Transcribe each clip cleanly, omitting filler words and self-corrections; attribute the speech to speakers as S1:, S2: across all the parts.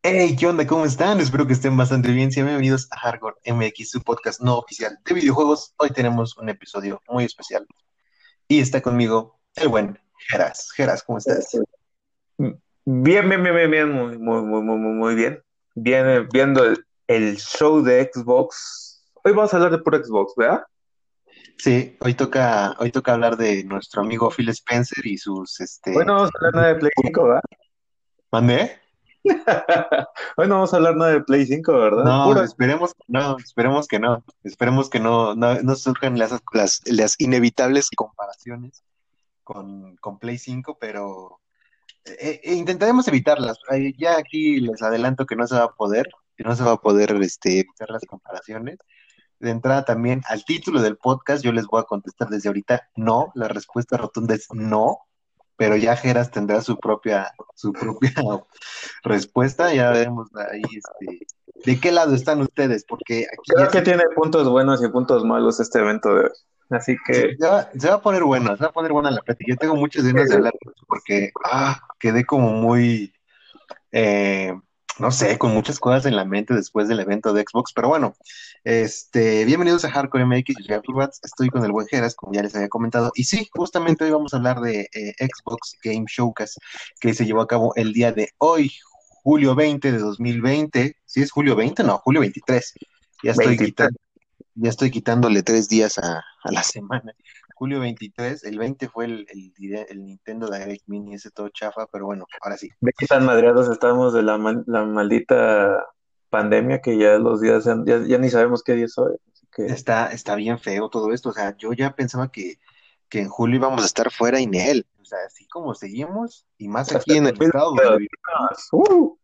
S1: Hey, ¿qué onda? ¿Cómo están? Espero que estén bastante bien. Sean bienvenidos a Hardcore MX, su podcast no oficial de videojuegos. Hoy tenemos un episodio muy especial y está conmigo el buen Geras. Geras, ¿cómo estás?
S2: Bien, bien, bien, bien, bien, muy, muy, muy, muy, muy muy bien. Viene viendo el show de Xbox. Hoy vamos a hablar de puro Xbox, ¿verdad?
S1: Sí, hoy toca hablar de nuestro amigo Phil Spencer y sus,
S2: Hoy no vamos a hablar nada de Play 5, ¿verdad?
S1: ¿Mandé?
S2: Hoy no vamos a hablar nada de Play 5, ¿verdad?
S1: No,
S2: Puro.
S1: esperemos que no, esperemos que no surjan las inevitables comparaciones con Play 5, pero intentaremos evitarlas. Ya aquí les adelanto que no se va a poder, que no se va a poder evitar las comparaciones. De entrada también al título del podcast, yo les voy a contestar desde ahorita, no, la respuesta rotunda es no, pero ya Geras tendrá su propia respuesta, ya veremos ahí de qué lado están ustedes, porque aquí
S2: Creo
S1: ya
S2: que
S1: sí
S2: tiene puntos buenos y puntos malos este evento de hoy. Así que,
S1: se va a poner buena, se va a poner buena la plática. Yo tengo muchas ganas de hablar de eso porque quedé como muy eh, no sé, con muchas cosas en la mente después del evento de Xbox, pero bueno, bienvenidos a Hardcore MX, yo soy Artur Bats, estoy con el buen Geras, como ya les había comentado, y sí, justamente hoy vamos a hablar de Xbox Game Showcase, que se llevó a cabo el día de hoy, julio 20 de 2020. ¿Sí es julio 20? No, julio 23. Ya estoy
S2: 23.
S1: quitando ya estoy quitándole 3 días a la semana. Julio 23, el 20 fue el Nintendo Direct Mini, ese todo chafa, pero bueno, ahora sí.
S2: Ve qué tan madreados estamos de la maldita pandemia que ya los días, ya ni sabemos qué día es hoy. Así que,
S1: Está bien feo todo esto. O sea, yo ya pensaba que en julio íbamos a estar fuera y ni él. O sea, así como seguimos, y más
S2: hasta
S1: aquí en
S2: el
S1: el estado donde vivimos,
S2: 2022.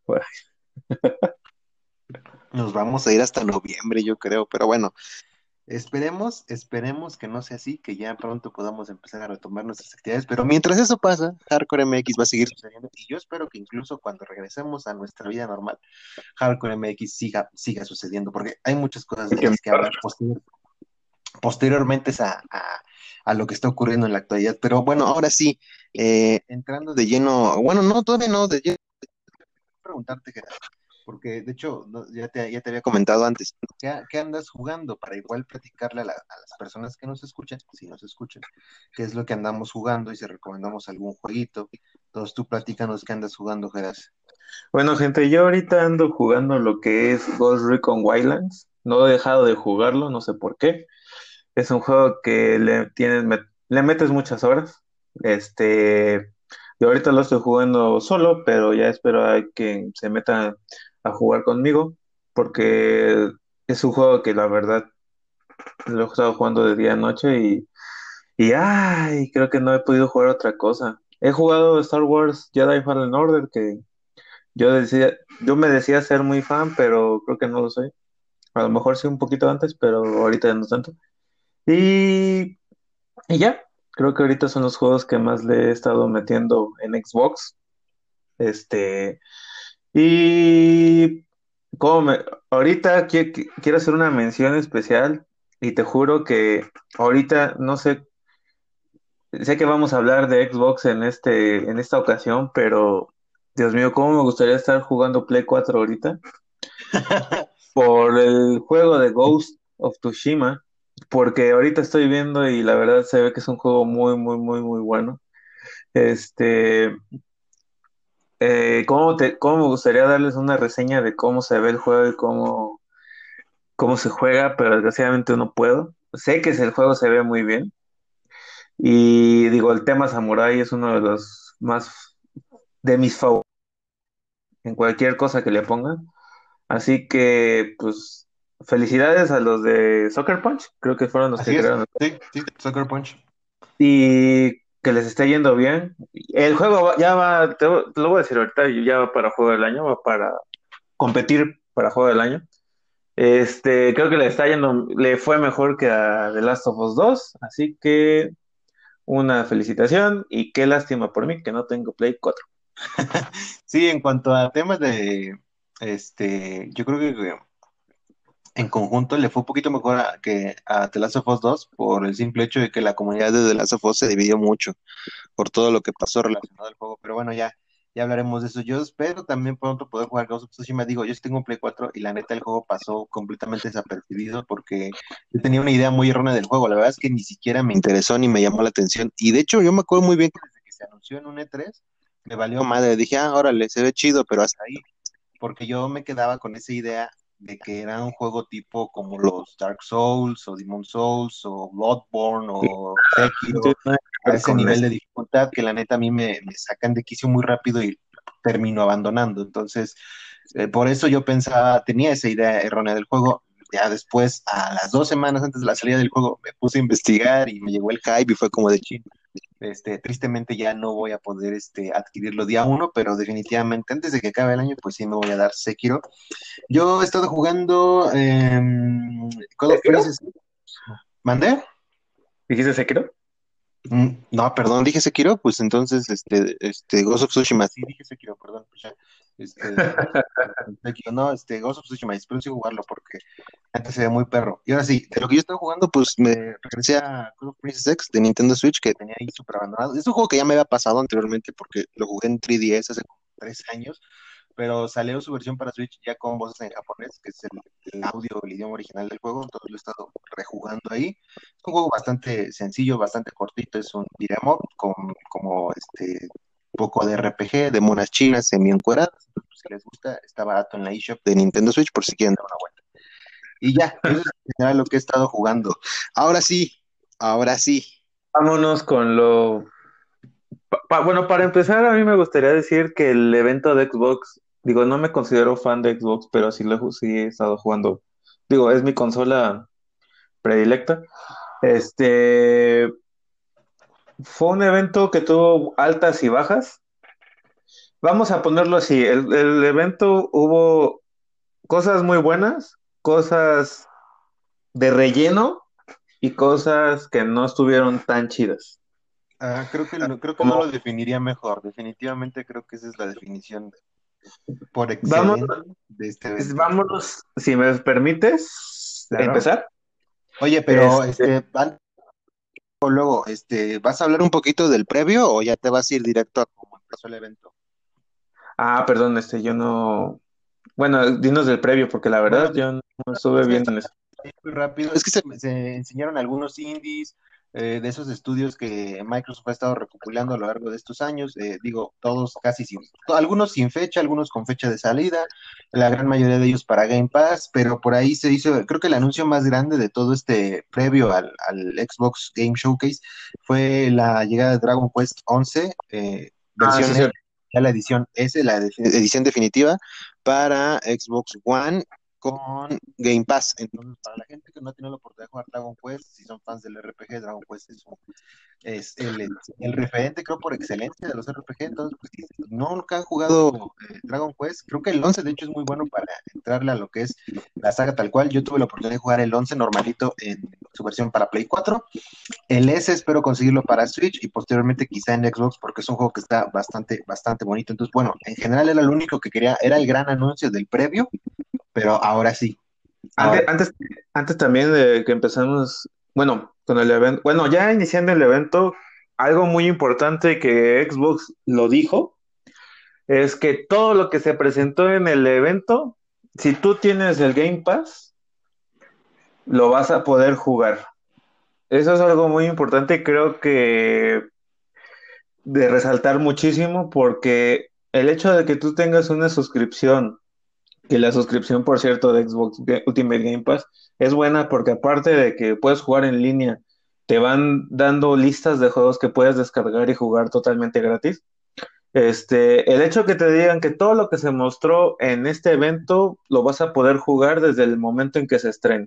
S1: nos vamos a ir hasta noviembre, yo creo. Pero bueno, esperemos que no sea así, que ya pronto podamos empezar a retomar nuestras actividades. Pero mientras eso pasa, Hardcore MX va a seguir sucediendo. Y yo espero que incluso cuando regresemos a nuestra vida normal, Hardcore MX siga sucediendo, porque hay muchas cosas de las que hablar posteriormente a lo que está ocurriendo en la actualidad. Pero bueno, ahora sí, entrando de lleno, bueno, no, todavía no, de lleno, preguntarte, Gerardo, porque de hecho ya te había comentado antes, ¿qué andas jugando? Para igual platicarle a las personas que nos escuchan, si nos escuchan, qué es lo que andamos jugando y si recomendamos algún jueguito. Entonces tú platícanos qué andas jugando, Gerardo.
S2: Bueno, gente, yo ahorita ando jugando lo que es Ghost Recon Wildlands. No he dejado de jugarlo, no sé por qué. Es un juego que le metes muchas horas. Yo ahorita lo estoy jugando solo, pero ya espero a que se metan a jugar conmigo, porque es un juego que la verdad lo he estado jugando de día a noche y creo que no he podido jugar otra cosa. He jugado Star Wars Jedi Fallen Order, que yo me decía ser muy fan, pero creo que no lo soy. A lo mejor sí un poquito antes, pero ahorita ya no tanto. Y, y ya, creo que ahorita son los juegos que más le he estado metiendo en Xbox. Este, y como ahorita quiero hacer una mención especial y te juro que ahorita no sé, sé que vamos a hablar de Xbox en esta ocasión, pero Dios mío, cómo me gustaría estar jugando Play 4 ahorita por el juego de Ghost of Tsushima, porque ahorita estoy viendo y la verdad se ve que es un juego muy, muy, muy, muy bueno. Este, cómo me gustaría darles una reseña de cómo se ve el juego y cómo se juega, pero desgraciadamente no puedo. Sé que el juego se ve muy bien y digo, el tema samurai es uno de los más de mis favoritos en cualquier cosa que le pongan. Así que, pues, felicidades a los de Soccer Punch, creo que fueron los que
S1: Así es,
S2: crearon el juego.
S1: sí, sí, Sucker Punch.
S2: Y que les esté yendo bien. El juego ya va, te lo voy a decir ahorita, ya va para juego del año, va para competir para juego del año. Creo que le está yendo, le fue mejor que a The Last of Us 2, así que una felicitación y qué lástima por mí que no tengo Play 4.
S1: Sí, en cuanto a temas yo creo que en conjunto le fue un poquito mejor que a The Last of Us 2 por el simple hecho de que la comunidad de The Last of Us se dividió mucho por todo lo que pasó relacionado al juego. Pero bueno, ya, ya hablaremos de eso. Yo espero también pronto poder jugar Ghost of Tsushima. Digo, yo sí tengo un Play 4 y la neta el juego pasó completamente desapercibido porque yo tenía una idea muy errónea del juego. La verdad es que ni siquiera me interesó ni me llamó la atención. Y de hecho, yo me acuerdo muy bien que desde que se anunció en un E3, me valió madre. Dije, órale, se ve chido, pero hasta ahí. Porque yo me quedaba con esa idea de que era un juego tipo como los Dark Souls o Demon Souls o Bloodborne o
S2: No tiene
S1: Sekiro,
S2: nada que
S1: a
S2: ver
S1: ese
S2: con
S1: nivel
S2: eso.
S1: de dificultad que la neta a mí me sacan de quicio muy rápido y termino abandonando. Entonces, por eso yo pensaba, tenía esa idea errónea del juego. Ya después, a las 2 semanas antes de la salida del juego, me puse a investigar y me llegó el hype y fue como de chin. Tristemente ya no voy a poder adquirirlo día uno, pero definitivamente antes de que acabe el año, pues sí me voy a dar Sekiro. Yo he estado jugando Call of
S2: ¿Sekiro?
S1: Princess. ¿Mandé?
S2: ¿Dijiste Sekiro?
S1: No, perdón, dije Sekiro, pues entonces, Ghost of Tsushima, sí, dije Sekiro, perdón, pues ya, Sekiro, no, Ghost of Tsushima, espero sí jugarlo porque antes se ve muy perro. Y ahora sí, de lo que yo estaba jugando, pues me regresé a Call of Princess X de Nintendo Switch, que tenía ahí súper abandonado. Es un juego que ya me había pasado anteriormente porque lo jugué en 3DS hace como 3 años, pero salió su versión para Switch ya con voces en japonés, que es el audio, el idioma original del juego, entonces lo he estado rejugando ahí. Es un juego bastante sencillo, bastante cortito, es un beat'em up con como poco de RPG, de monas chinas semi-encueradas. Entonces, pues, si les gusta, está barato en la eShop de Nintendo Switch por si quieren dar una vuelta. Y ya, eso es en general lo que he estado jugando. Ahora sí, ahora sí.
S2: Vámonos con lo... bueno, para empezar, a mí me gustaría decir que el evento de Xbox, digo, no me considero fan de Xbox, pero sí he estado jugando. Digo, es mi consola predilecta. Este fue un evento que tuvo altas y bajas. Vamos a ponerlo así, el evento hubo cosas muy buenas, cosas de relleno y cosas que no estuvieron tan chidas.
S1: Creo que no lo
S2: Como,
S1: definiría mejor. Definitivamente creo que esa es la definición por
S2: vamos,
S1: excelencia de este evento.
S2: vámonos, si me permites,
S1: Claro.
S2: empezar.
S1: Oye, pero
S2: Este,
S1: o luego, ¿vas a hablar un poquito del previo o ya te vas a ir directo a cómo empezó el evento?
S2: perdón, yo no, bueno, dinos del previo, porque la
S1: Bueno,
S2: verdad yo no estuve viendo en eso.
S1: muy rápido. Es que se enseñaron algunos indies de esos estudios que Microsoft ha estado recopilando a lo largo de estos años. Digo, todos casi algunos sin fecha, algunos con fecha de salida, la gran mayoría de ellos para Game Pass, pero por ahí se hizo, creo que el anuncio más grande de todo este previo al Xbox Game Showcase fue la llegada de Dragon Quest 11,
S2: Ah, sí,
S1: versión S,
S2: cierto.
S1: ya la edición S, edición definitiva para Xbox One con Game Pass. Entonces, para la gente que no ha tenido la oportunidad de jugar Dragon Quest, si son fans del RPG, Dragon Quest es el referente, creo, por excelencia de los RPG. Entonces, pues, si nunca han jugado Dragon Quest, creo que el 11 de hecho, es muy bueno para entrarle a lo que es la saga tal cual. Yo tuve la oportunidad de jugar el 11 normalito en su versión para Play 4. El S espero conseguirlo para Switch y posteriormente quizá en Xbox porque es un juego que está bastante, bastante bonito. Entonces, bueno, en general era lo único que quería, era el gran anuncio del previo, pero ahora sí,
S2: Antes,
S1: ahora.
S2: antes, antes también de que empezamos, bueno, con el evento, bueno, ya iniciando el evento, algo muy importante que Xbox lo dijo, es que todo lo que se presentó en el evento, si tú tienes el Game Pass, lo vas a poder jugar. Eso es algo muy importante y creo que de resaltar muchísimo porque el hecho de que tú tengas una suscripción, que la suscripción, por cierto, de Ultimate Game Pass es buena porque aparte de que puedes jugar en línea, te van dando listas de juegos que puedes descargar y jugar totalmente gratis. El hecho que te digan que todo lo que se mostró en este evento lo vas a poder jugar desde el momento en que se estrene.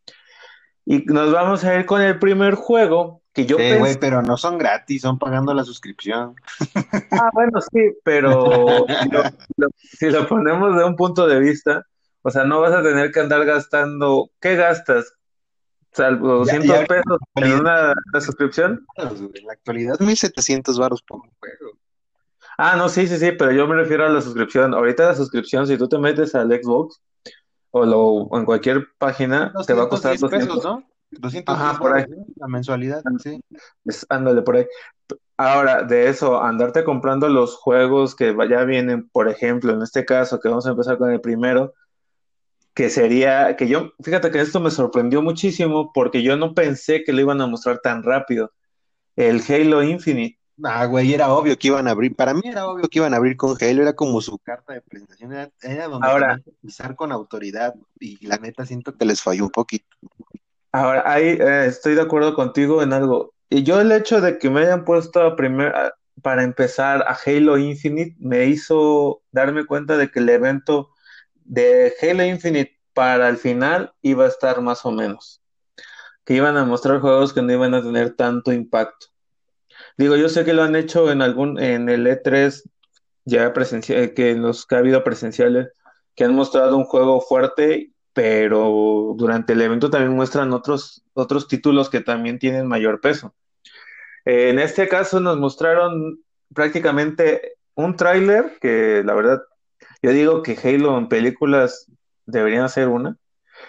S2: Y nos vamos a ir con el primer juego que yo
S1: Güey,
S2: pensé,
S1: pero no son gratis, son pagando la suscripción.
S2: bueno, sí, pero si lo ponemos de un punto de vista, o sea, no vas a tener que andar gastando, ¿qué gastas? Salvo
S1: Y
S2: 200
S1: ahorita
S2: pesos en una suscripción.
S1: en la actualidad, 1,700 varos por un juego.
S2: Ah, no, sí, sí, sí, pero yo me refiero a la suscripción. Ahorita la suscripción, si tú te metes al Xbox o en cualquier página, te va a
S1: doscientos
S2: costar
S1: diez pesos,
S2: 200.
S1: ¿no? doscientos
S2: Ajá,
S1: diez
S2: por ahí.
S1: varos, ¿no? La mensualidad, sí.
S2: Ándale, por ahí. Ahora, de eso, andarte comprando los juegos que ya vienen, por ejemplo, en este caso, que vamos a empezar con el primero, que sería, que yo, fíjate que esto me sorprendió muchísimo porque yo no pensé que lo iban a mostrar tan rápido, el Halo Infinite.
S1: Ah, güey, era obvio que iban a abrir. Para mí era obvio que iban a abrir con Halo, era como su carta de presentación, era donde
S2: Ahora,
S1: tenían que pisar con autoridad y la neta siento que les falló un poquito.
S2: ahora, ahí estoy de acuerdo contigo en algo. Y yo el hecho de que me hayan puesto para empezar a Halo Infinite me hizo darme cuenta de que el evento de Halo Infinite para el final iba a estar más o menos, que iban a mostrar juegos que no iban a tener tanto impacto. Digo, yo sé que lo han hecho en el E3 ya presencial, que en los que ha habido presenciales, que han mostrado un juego fuerte, pero durante el evento también muestran otros títulos que también tienen mayor peso. En este caso nos mostraron prácticamente un tráiler que la verdad yo digo que Halo en películas deberían ser una.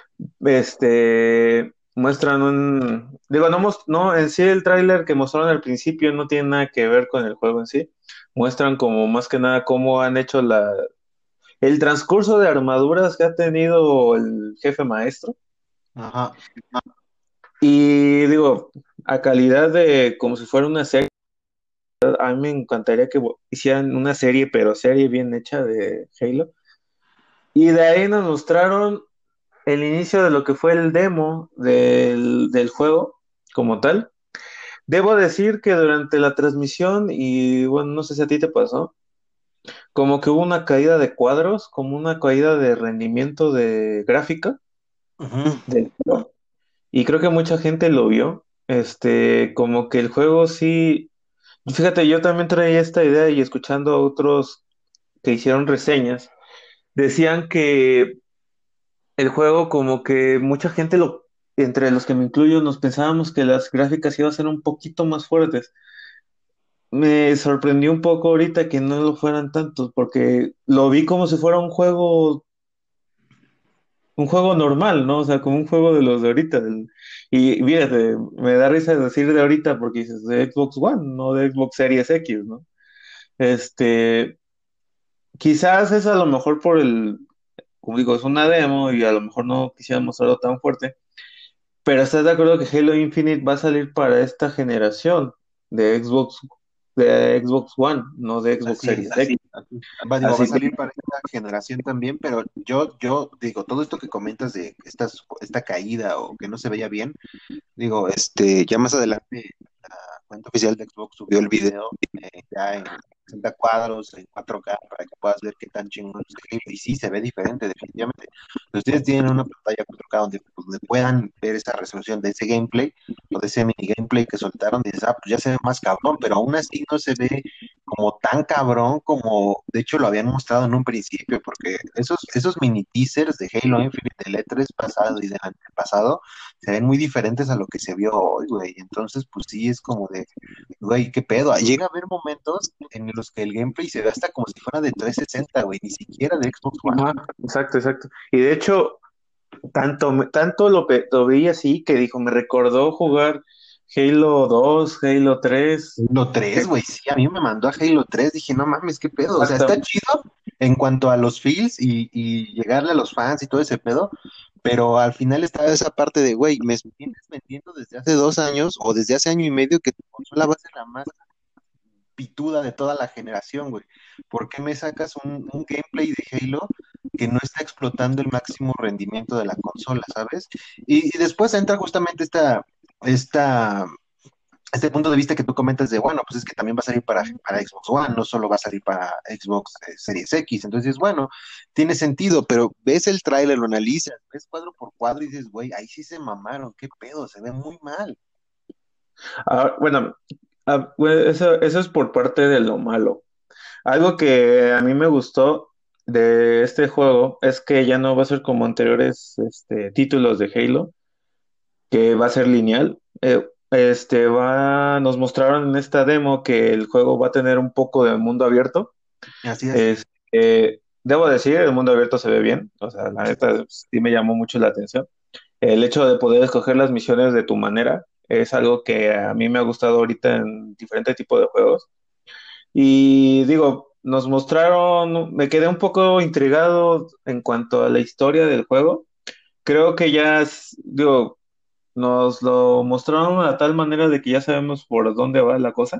S2: Muestran digo, no, en sí el tráiler que mostraron al principio no tiene nada que ver con el juego en sí. Muestran como más que nada cómo han hecho el transcurso de armaduras que ha tenido el jefe maestro.
S1: Ajá.
S2: Y digo, a calidad de como si fuera una serie, a mí me encantaría que hicieran una serie, pero serie bien hecha de Halo. Y de ahí nos mostraron el inicio de lo que fue el demo del juego como tal. Debo decir que durante la transmisión, y bueno, no sé si a ti te pasó, como que hubo una caída de cuadros, como una caída de rendimiento de gráfica
S1: Ujú.
S2: del juego. Y creo que mucha gente lo vio. Como que el juego sí. Fíjate, yo también traía esta idea y escuchando a otros que hicieron reseñas, decían que el juego como que mucha gente entre los que me incluyo, nos pensábamos que las gráficas iban a ser un poquito más fuertes. Me sorprendió un poco ahorita que no lo fueran tantos, porque lo vi como si fuera un juego normal, ¿no? O sea, como un juego de los de ahorita. Y fíjate, me da risa decir de ahorita porque dices de Xbox One, no de Xbox Series X, ¿no? Este, quizás es a lo mejor como digo, es una demo y a lo mejor no quisiera mostrarlo tan fuerte. Pero ¿estás de acuerdo que Halo Infinite va a salir para esta generación de Xbox, de Xbox One, no de Xbox
S1: Así es.
S2: Series X?
S1: Va a
S2: Así que,
S1: salir para esta generación también, pero yo digo, todo esto que comentas de esta caída o que no se veía bien, digo, ya más adelante la cuenta oficial de Xbox subió el video ya en 60 cuadros, en 4K, para que puedas ver qué tan chingón es el gameplay. Y sí, se ve diferente, definitivamente. Si ustedes tienen una pantalla 4K donde puedan ver esa resolución de ese gameplay o de ese mini gameplay que soltaron, dices, ah, pues ya se ve más cabrón, pero aún así no se ve como tan cabrón como de hecho lo habían mostrado en un principio, porque esos mini teasers de Halo Infinite del E3 pasado y del antepasado se ven muy diferentes a lo que se vio hoy, güey. Entonces, pues sí, es como de, güey, ¿qué pedo? Llega a haber momentos en los que el gameplay se ve hasta como si fuera de 360, güey, ni siquiera de Xbox One.
S2: ajá, exacto, exacto. Y de hecho, tanto lo veía así que dijo, me recordó jugar Halo 2, Halo 3.
S1: Halo 3, güey, sí, a mí me mandó a Halo 3, dije, no mames, qué pedo. O sea, está
S2: Exactamente.
S1: chido en cuanto a los feels y llegarle a los fans y todo ese pedo, pero al final estaba esa parte de, güey, me vienes vendiendo desde hace 2 años o desde hace año y medio que tu consola va a ser la más pituda de toda la generación, güey. ¿Por qué me sacas un gameplay de Halo que no está explotando el máximo rendimiento de la consola, ¿sabes? Y después entra justamente esta, este punto de vista que tú comentas de, bueno, pues es que también va a salir para Xbox One, no solo va a salir para Xbox Series X. Entonces, bueno, tiene sentido, pero ves el tráiler, lo analizas, ves cuadro por cuadro y dices, güey, ahí sí se mamaron, qué pedo, se ve muy mal.
S2: Ah, bueno, bueno, eso es por parte de lo malo. Algo que a mí me gustó de este juego es que ya no va a ser como anteriores títulos de Halo, que va a ser lineal. Nos mostraron en esta demo que el juego va a tener un poco de mundo abierto.
S1: Así es.
S2: Debo decir, el mundo abierto se ve bien, o sea, la neta sí me llamó mucho la atención. El hecho de poder escoger las misiones de tu manera, Es algo que a mí me ha gustado ahorita en diferentes tipos de juegos. Y digo, nos mostraron, me quedé un poco intrigado en cuanto a la historia del juego. Creo que ya, digo, nos lo mostraron a tal manera de que ya sabemos por dónde va la cosa.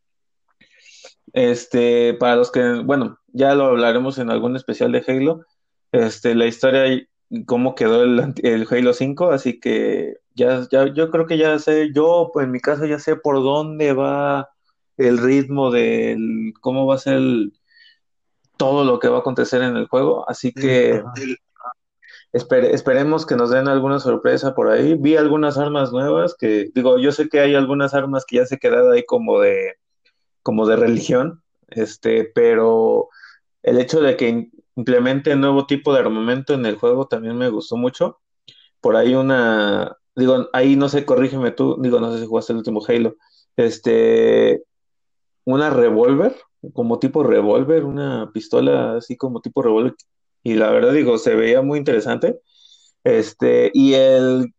S2: Para los que, bueno, ya lo hablaremos en algún especial de Halo, la historia y cómo quedó el Halo 5, así que yo creo que ya sé, yo pues, en mi caso ya sé por dónde va el ritmo del, cómo va a ser todo lo que va a acontecer en el juego, así que
S1: Ajá.
S2: esperemos que nos den alguna sorpresa por ahí. Vi algunas armas nuevas que, digo, yo sé que hay algunas armas que ya se quedaron ahí como de religión, pero el hecho de que implemente nuevo tipo de armamento en el juego también me gustó mucho. Por ahí digo, ahí no sé, corrígeme tú, digo, no sé si jugaste el último Halo, este, una revólver, como tipo revólver, una pistola así como tipo revólver, y la verdad digo, se veía muy interesante. Y el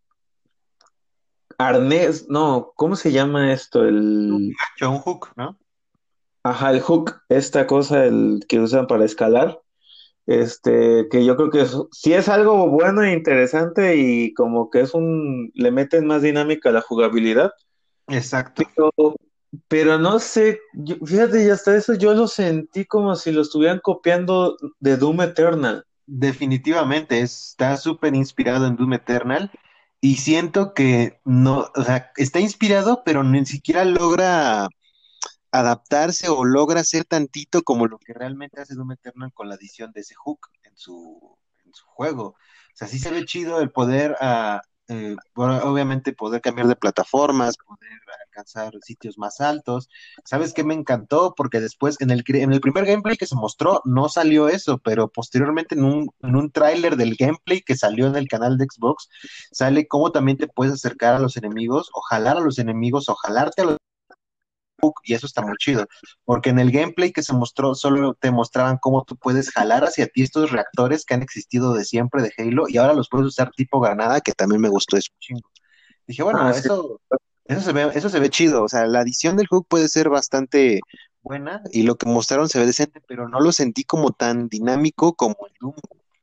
S2: arnés, no, ¿cómo se llama esto?
S1: John Hook, ¿no?
S2: Ajá, el hook, esta cosa, el que usan para escalar. Que yo creo que sí es algo bueno e interesante y como que le meten más dinámica a la jugabilidad,
S1: Exacto.
S2: pero, pero no sé, fíjate, y hasta eso yo lo sentí como si lo estuvieran copiando de Doom Eternal.
S1: Definitivamente está súper inspirado en Doom Eternal y siento que no, o sea, está inspirado, pero ni siquiera logra adaptarse o logra ser tantito como lo que realmente hace Doom Eternal con la adición de ese hook en su juego. O sea, sí se ve chido el poder, bueno, obviamente poder cambiar de plataformas, poder alcanzar sitios más altos. ¿Sabes qué me encantó? Porque después en el primer gameplay que se mostró no salió eso, pero posteriormente en un tráiler del gameplay que salió en el canal de Xbox, sale cómo también te puedes acercar a los enemigos o jalar a los enemigos o jalarte a los y eso está muy chido, porque en el gameplay que se mostró solo te mostraban cómo tú puedes jalar hacia ti estos reactores que han existido de siempre de Halo y ahora los puedes usar tipo granada, que también me gustó eso un chingo. Dije,
S2: Ah,
S1: bueno,
S2: sí.
S1: eso se ve chido, o sea, la adición del hook puede ser bastante buena y lo que mostraron se ve decente, pero no lo sentí como tan dinámico como el Doom.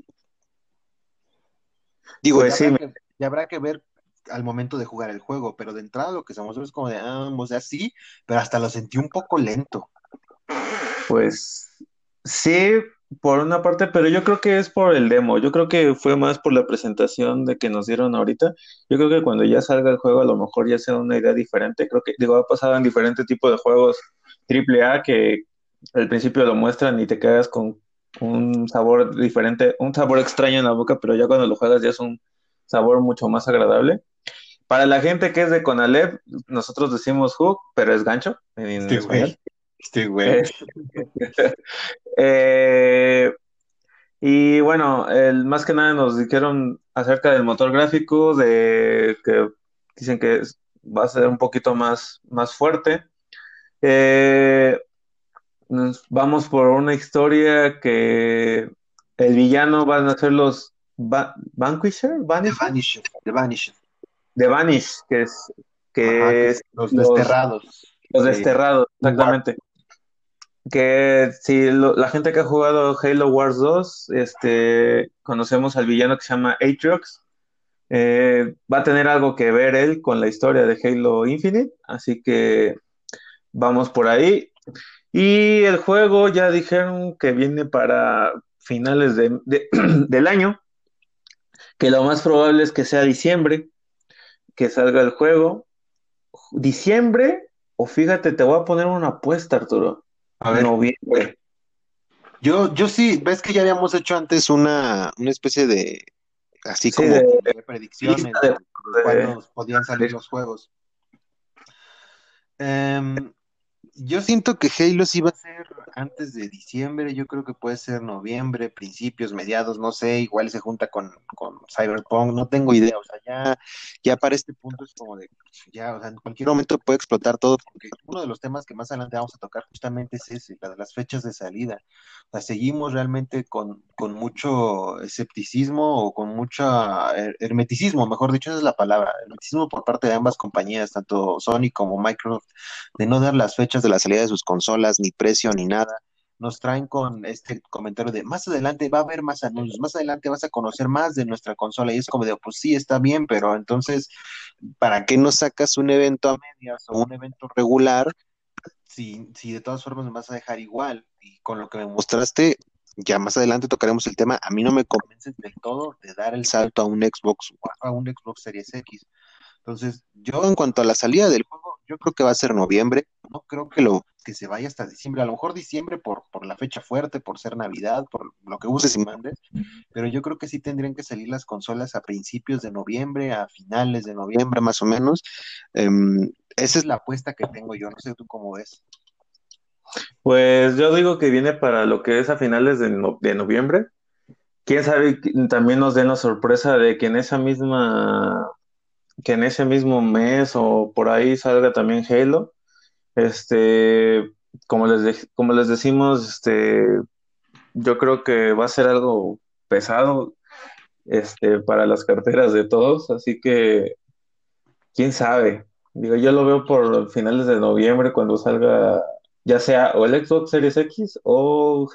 S1: Digo,
S2: Pues sí,
S1: ya habrá que ver al momento de jugar el juego, pero de entrada lo que se mostró es como de, o sea, sí, pero hasta lo sentí un poco lento.
S2: pues sí, por una parte, pero yo creo que es por el demo. Yo creo que fue más por la presentación de que nos dieron ahorita. Yo creo que cuando ya salga el juego, a lo mejor ya sea una idea diferente. Creo que, digo, ha pasado en diferentes tipos de juegos triple A que al principio lo muestran y te quedas con un sabor diferente, un sabor extraño en la boca, pero ya cuando lo juegas ya es un sabor mucho más agradable. Para la gente que es de Conalep, nosotros decimos hook, pero es gancho en
S1: Este güey,
S2: español.
S1: este güey.
S2: Eh, Eh, y bueno, más que nada nos dijeron acerca del motor gráfico, de que dicen que va a ser un poquito más fuerte. Eh, Vamos por una historia que el villano van a ser los Vanquisher,
S1: The
S2: Vanisher,
S1: Vanisher, The Vanisher.
S2: de Vanish,
S1: Ajá, que
S2: que
S1: es
S2: es
S1: los
S2: los,
S1: desterrados
S2: los
S1: de
S2: desterrados,
S1: War.
S2: exactamente. Que si la gente que ha jugado Halo Wars 2, conocemos al villano que se llama Atriox. Va a tener algo que ver él con la historia de Halo Infinite, así que vamos por ahí. Y el juego ya dijeron que viene para finales del año, que lo más probable es que sea diciembre, que salga el juego. Diciembre, o fíjate, te voy a poner una apuesta, Arturo.
S1: A ver,
S2: Noviembre.
S1: yo sí, ves que ya habíamos hecho antes una especie de, así
S2: Sí,
S1: como de
S2: lista
S1: predicciones de
S2: de-
S1: cuándo podían salir los juegos. Em, Yo siento que Halo sí va a ser antes de diciembre, yo creo que puede ser noviembre, principios, mediados, no sé, igual se junta con Cyberpunk, no tengo idea, o sea, ya para este punto es como de, ya, o sea, en cualquier momento puede explotar todo, porque uno de los temas que más adelante vamos a tocar justamente es ese, la de las fechas de salida, o sea, seguimos realmente con mucho escepticismo o con mucho hermeticismo, mejor dicho, esa es la palabra, hermeticismo por parte de ambas compañías, tanto Sony como Microsoft, de no dar las fechas de la salida de sus consolas, ni precio, ni nada. Nos traen con este comentario de más adelante va a haber más anuncios, más adelante vas a conocer más de nuestra consola. Y es como de, pues sí, está bien, pero entonces, ¿para qué no sacas un evento a medias o un evento regular si de todas formas me vas a dejar igual? Y con lo que me mostraste, ya más adelante tocaremos el tema. A mí no me convences del todo de dar el salto a un Xbox, a un Xbox Series X. Entonces, yo en cuanto a la salida del juego, yo creo que va a ser noviembre. No creo que se vaya hasta diciembre. A lo mejor diciembre por la fecha fuerte, por ser Navidad, por lo que uses y mandes. Pero yo creo que sí tendrían que salir las consolas a principios de noviembre, a finales de noviembre más o menos. Esa es la apuesta que tengo yo. No sé tú cómo ves.
S2: Pues yo digo que viene para lo que es a finales de noviembre. Quién sabe, también nos den la sorpresa de que que en ese mismo mes o por ahí salga también Halo. Este, como les decimos, yo creo que va a ser algo pesado, para las carteras de todos, así que quién sabe. Digo, yo lo veo por finales de noviembre cuando salga, ya sea o el Xbox Series X o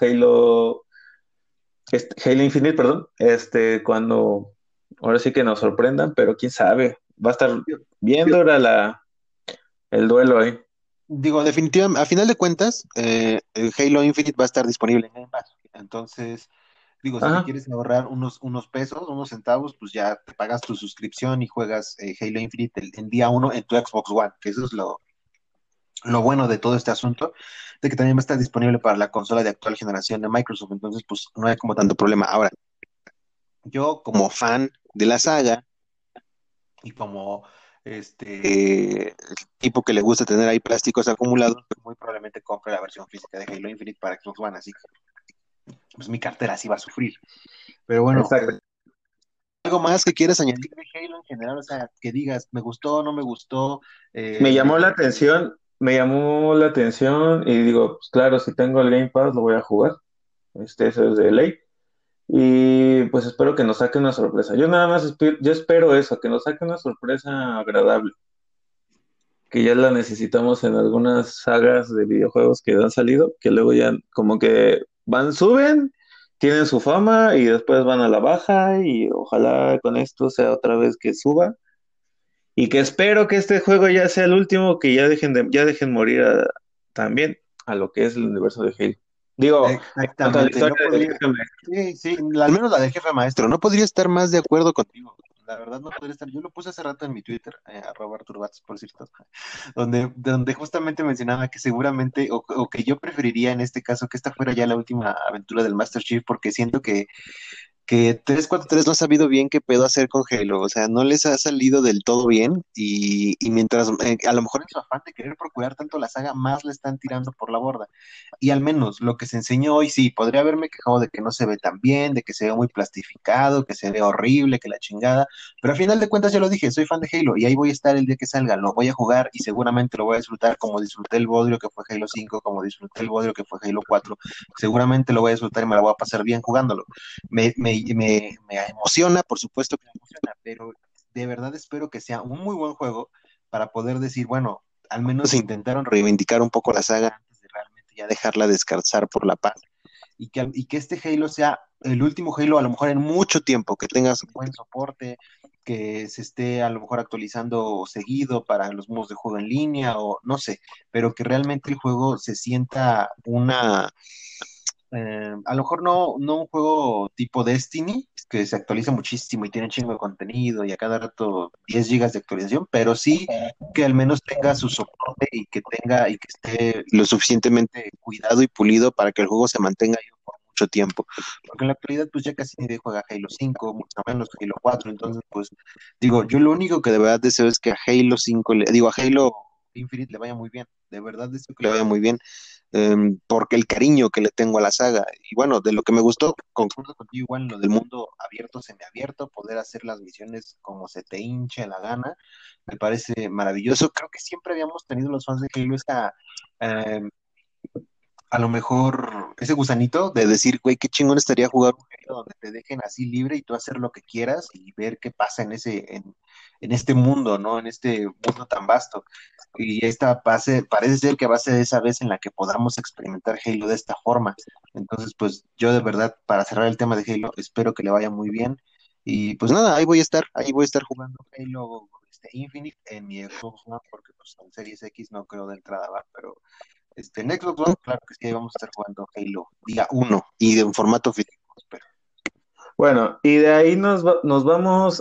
S2: Halo Infinite, perdón, cuando ahora sí que nos sorprendan, pero quién sabe. Va a estar bien dura el duelo ahí.
S1: Digo, definitivamente, a final de cuentas, el Halo Infinite va a estar disponible en Game Pass. Entonces, digo, si te
S2: Ajá.
S1: quieres ahorrar unos pesos, unos centavos, pues ya te pagas tu suscripción y juegas Halo Infinite en día uno en tu Xbox One, que eso es lo bueno de todo este asunto, de que también va a estar disponible para la consola de actual generación de Microsoft. Entonces, pues no hay como tanto problema. Ahora, yo como fan de la saga y como tipo que le gusta tener ahí plásticos acumulados, pues muy probablemente compre la versión física de Halo Infinite para Xbox One, así que pues mi cartera sí va a sufrir. Pero bueno,
S2: Exacto.
S1: algo más que quieras añadir de Halo en general, o sea, que digas, me gustó, no me gustó.
S2: Me
S1: eh,
S2: llamó la atención, me llamó la atención y digo, pues claro, si tengo el Game Pass lo voy a jugar. Eso es de ley. Y pues espero que nos saque una sorpresa. Yo nada más yo espero eso, que nos saque una sorpresa agradable, que ya la necesitamos en algunas sagas de videojuegos que han salido, que luego ya como que suben, tienen su fama y después van a la baja y ojalá con esto sea otra vez que suba y que espero que este juego ya sea el último, que ya dejen morir también a lo que es el universo de Halo. Digo, en cuanto a la
S1: exactamente, no
S2: historia del
S1: podría,
S2: jefe maestro.
S1: sí, sí, al menos la del jefe maestro, no podría estar más de acuerdo contigo. La verdad no podría estar, yo lo puse hace rato en mi Twitter, @arturbates, por cierto, donde justamente mencionaba que seguramente, o que yo preferiría en este caso que esta fuera ya la última aventura del Master Chief, porque siento que 343 no ha sabido bien qué pedo hacer con Halo, o sea, no les ha salido del todo bien y mientras a lo mejor en su afán de querer procurar tanto la saga, más le están tirando por la borda. Y al menos lo que se enseñó hoy, sí, podría haberme quejado de que no se ve tan bien, de que se ve muy plastificado, que se ve horrible, que la chingada, pero al final de cuentas ya lo dije, soy fan de Halo y ahí voy a estar el día que salga, lo voy a jugar y seguramente lo voy a disfrutar como disfruté el bodrio que fue Halo 5, como disfruté el bodrio que fue Halo 4, seguramente lo voy a disfrutar y me la voy a pasar bien jugándolo. Me emociona, por supuesto que me emociona, pero de verdad espero que sea un muy buen juego para poder decir, bueno, al menos intentaron reivindicar un poco la saga antes de realmente ya dejarla descansar por la paz y que este Halo sea el último Halo a lo mejor en mucho tiempo, que tengas buen soporte, que se esté a lo mejor actualizando seguido para los modos de juego en línea o no sé, pero que realmente el juego se sienta a lo mejor no un juego tipo Destiny, que se actualiza muchísimo y tiene un chingo de contenido y a cada rato 10 gigas de actualización, pero sí que al menos tenga su soporte y que tenga y que esté lo suficientemente cuidado y pulido para que el juego se mantenga ahí por mucho tiempo. Porque en la actualidad pues ya casi nadie juega Halo 5, mucho menos Halo 4, entonces pues digo, yo lo único que de verdad deseo es que a Halo 5, digo, a Halo Infinite le vaya muy bien, de verdad deseo que le vaya muy bien, porque el cariño que le tengo a la saga. Y bueno, de lo que me gustó, concuerdo contigo igual en lo del mundo abierto, semiabierto, poder hacer las misiones como se te hinche la gana, me parece maravilloso. Creo que siempre habíamos tenido los fans de Halo eh, a lo mejor ese gusanito de decir, güey, qué chingón estaría jugar un Halo abierto donde te dejen así libre y tú hacer lo que quieras y ver qué pasa en este mundo, ¿no? En este mundo tan vasto. Y esta parece ser que va a ser esa vez en la que podamos experimentar Halo de esta forma. Entonces, pues yo de verdad, para cerrar el tema de Halo, espero que le vaya muy bien. Y pues nada, ahí voy a estar jugando Halo Infinite en mi Xbox One, porque pues en Series X no creo de entrada, ¿va? Pero en Xbox One, claro que sí, ahí vamos a estar jugando Halo día uno y en formato físico, espero.
S2: Bueno, y de ahí nos vamos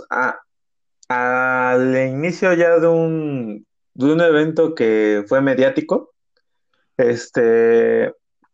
S2: al inicio ya de un evento que fue mediático. Este,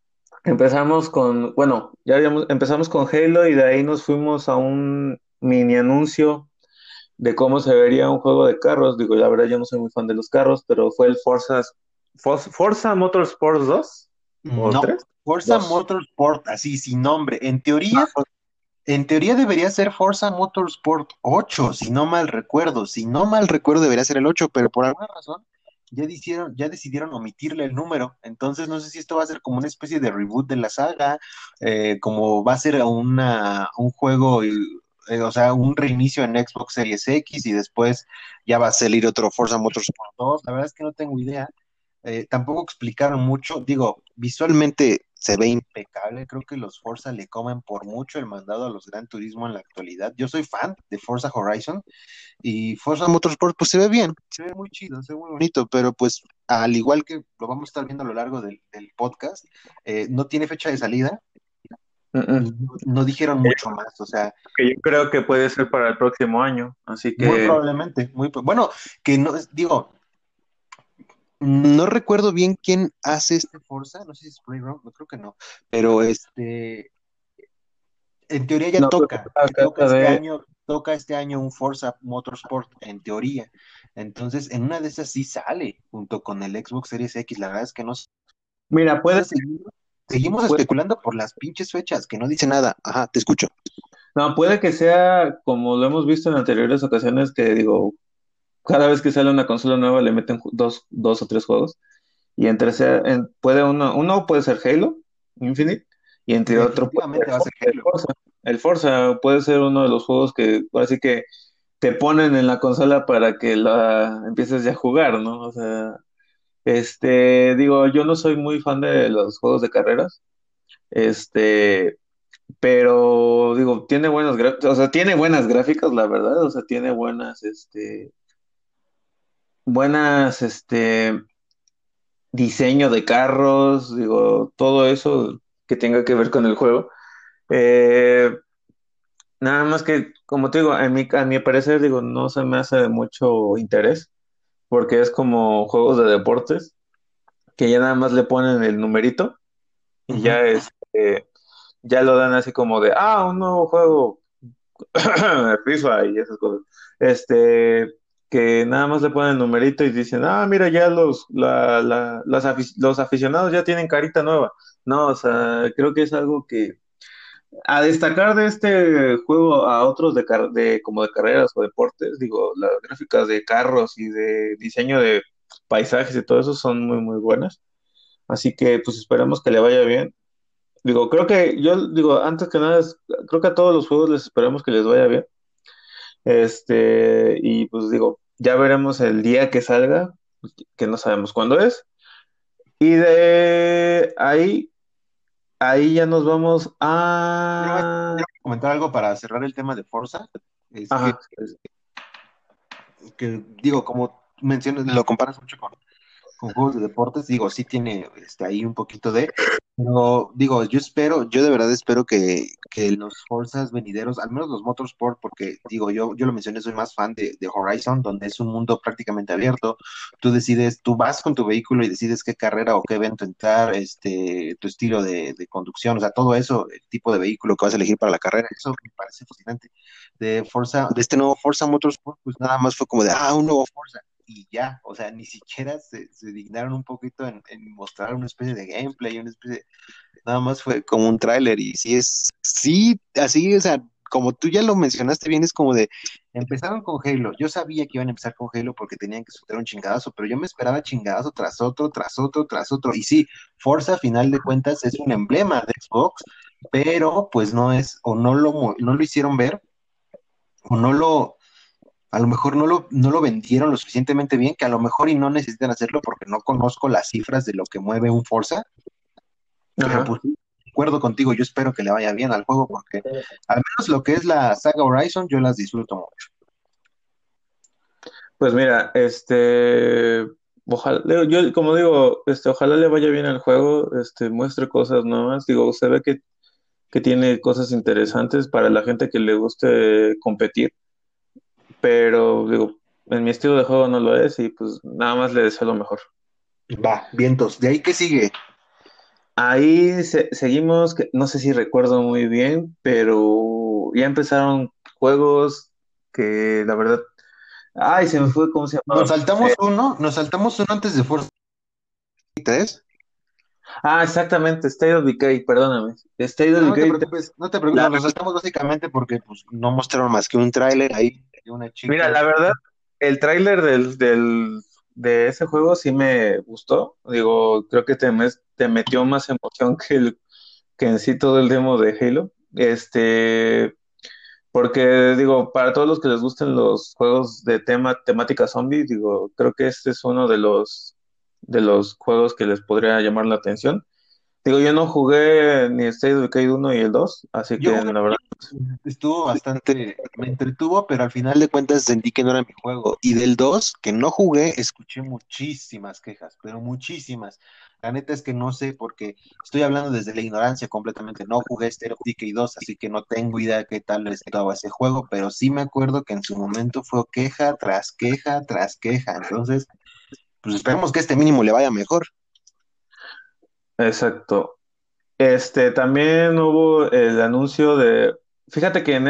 S2: empezamos con Halo y de ahí nos fuimos a un mini anuncio de cómo se vería un juego de carros. Digo, la verdad yo no soy muy fan de los carros, pero fue el Forza Motorsport 2 o
S1: No,
S2: 3
S1: Forza
S2: 2.
S1: Motorsport, así sin nombre. En teoría debería ser Forza Motorsport 8 si no mal recuerdo. Si no mal recuerdo debería ser el 8 pero por alguna razón ya decidieron omitirle el número. Entonces no sé si esto va a ser como una especie de reboot de la saga, como va a ser un juego, o sea, un reinicio en Xbox Series X y después ya va a salir otro Forza Motorsport 2. La verdad es que no tengo idea. Tampoco explicaron mucho, digo, visualmente se ve impecable, creo que los Forza le comen por mucho el mandado a los Gran Turismo en la actualidad. Yo soy fan de Forza Horizon y Forza Motorsport pues se ve bien, se ve muy chido, se ve muy bonito, pero pues al igual que lo vamos a estar viendo a lo largo del podcast, no tiene fecha de salida
S2: Mm,
S1: y
S2: mm.
S1: no dijeron mucho más, o sea,
S2: Que yo creo que puede ser para el próximo año, así
S1: muy
S2: que
S1: probablemente, bueno, que no, digo, no recuerdo bien quién hace este Forza, no sé si es Playground, no creo que no, pero en teoría ya
S2: no creo que
S1: toca,
S2: sea casa de.
S1: toca este año un Forza Motorsport, en teoría. Entonces, en una de esas sí sale, junto con el Xbox Series X, la verdad es que no sé.
S2: Mira,
S1: Seguimos
S2: puede-
S1: especulando por las pinches fechas, que no dice nada. Ajá, te escucho.
S2: no, puede que sea como lo hemos visto en anteriores ocasiones, que digo, cada vez que sale una consola nueva le meten dos o tres juegos, y puede uno puede ser Halo Infinite, y entre otro puede ser
S1: Definitivamente va a ser
S2: El
S1: Halo.
S2: Forza. El Forza puede ser uno de los juegos que, así que te ponen en la consola para que la empieces ya a jugar, ¿no? O sea, digo, yo no soy muy fan de los juegos de carreras, este, pero digo, o sea, tiene buenas gráficas, la verdad, o sea, tiene buenas, diseño de carros, digo, todo eso que tenga que ver con el juego. Eh, Nada más que, como te digo, a mi parecer, digo, no se me hace de mucho interés, porque es como juegos de deportes, que ya nada más le ponen el numerito y
S1: Ujú.
S2: ya lo dan así como de, un nuevo juego, FIFA y esas cosas. Este, que nada más le ponen el numerito y dicen, mira, ya los aficionados ya tienen carita nueva. No, o sea, creo que es algo que, a destacar de este juego a otros como de carreras o deportes, digo, las gráficas de carros y de diseño de paisajes y todo eso son muy, muy buenas. Así que pues esperemos que le vaya bien. Digo, antes que nada, creo que a todos los juegos les esperamos que les vaya bien. Y pues digo, ya veremos el día que salga, que no sabemos cuándo es. Y de ahí ya nos vamos
S1: Nada más
S2: a...
S1: quiero comentar algo para cerrar el tema de Forza. Es que,
S2: Ajá.
S1: digo, como mencionas, lo comparas mucho con juegos de deportes, digo, sí tiene ahí un poquito pero digo, yo de verdad espero que los Forzas venideros, al menos los Motorsport, porque digo, yo lo mencioné, soy más fan de Horizon, donde es un mundo prácticamente abierto, tú vas con tu vehículo y decides qué carrera o qué evento entrar, tu estilo de conducción, o sea, todo eso, el tipo de vehículo que vas a elegir para la carrera, eso me parece fascinante. De este nuevo Forza Motorsport, pues nada más fue como de, un nuevo Forza y ya, o sea, ni siquiera se dignaron un poquito en mostrar una especie de gameplay, nada más fue como un tráiler y sí, así, o sea, como tú ya lo mencionaste bien, es como de, empezaron con Halo, yo sabía que iban a empezar con Halo porque tenían que soltar un chingadazo, pero yo me esperaba chingadazo tras otro, tras otro, tras otro, y sí, Forza a final de cuentas es un emblema de Xbox, pero pues no es, o no lo hicieron ver, o no lo, a lo mejor no lo vendieron lo suficientemente bien, que a lo mejor y no necesitan hacerlo porque no conozco las cifras de lo que mueve un Forza, pero
S2: Ajá.
S1: pues sí, de acuerdo contigo, yo espero que le vaya bien al juego porque al menos lo que es la saga Horizon yo las disfruto mucho.
S2: Pues mira, ojalá, yo como digo, ojalá le vaya bien al juego, muestre cosas nuevas, digo, se ve que tiene cosas interesantes para la gente que le guste competir, pero digo, en mi estilo de juego no lo es y pues nada más le deseo lo mejor.
S1: Va, vientos. ¿De ahí qué sigue?
S2: Ahí seguimos, que no sé si recuerdo muy bien, pero ya empezaron juegos que la verdad, ay, se me fue, ¿cómo se llama?
S1: Nos saltamos uno antes de Forza 3.
S2: Exactamente, State of Decay, perdóname. State of
S1: No, no te
S2: Decay,
S1: preocupes, no te preocupes,
S2: la,
S1: nos lo saltamos básicamente porque pues no mostraron más que un tráiler ahí de una
S2: mira,
S1: chica.
S2: la verdad, el tráiler de ese juego sí me gustó. Digo, creo que te metió más emoción que en sí todo el demo de Halo. Porque digo, para todos los que les gusten los juegos de temática zombie, digo, creo que este es uno de los juegos que les podría llamar la atención. Digo, yo no jugué ni State of Decay 1 y el 2, así
S1: Yo
S2: que
S1: jugué,
S2: la verdad.
S1: estuvo bastante, me entretuvo, pero al final de cuentas sentí que no era mi juego. Y del 2 que no jugué, escuché muchísimas quejas, pero muchísimas. La neta es que no sé, porque estoy hablando desde la ignorancia completamente. No jugué State of Decay 2, así que no tengo idea qué tal estaba ese juego, pero sí me acuerdo que en su momento fue queja tras queja tras queja. Entonces, pues esperemos que este mínimo le vaya mejor.
S2: Exacto. También hubo el anuncio fíjate que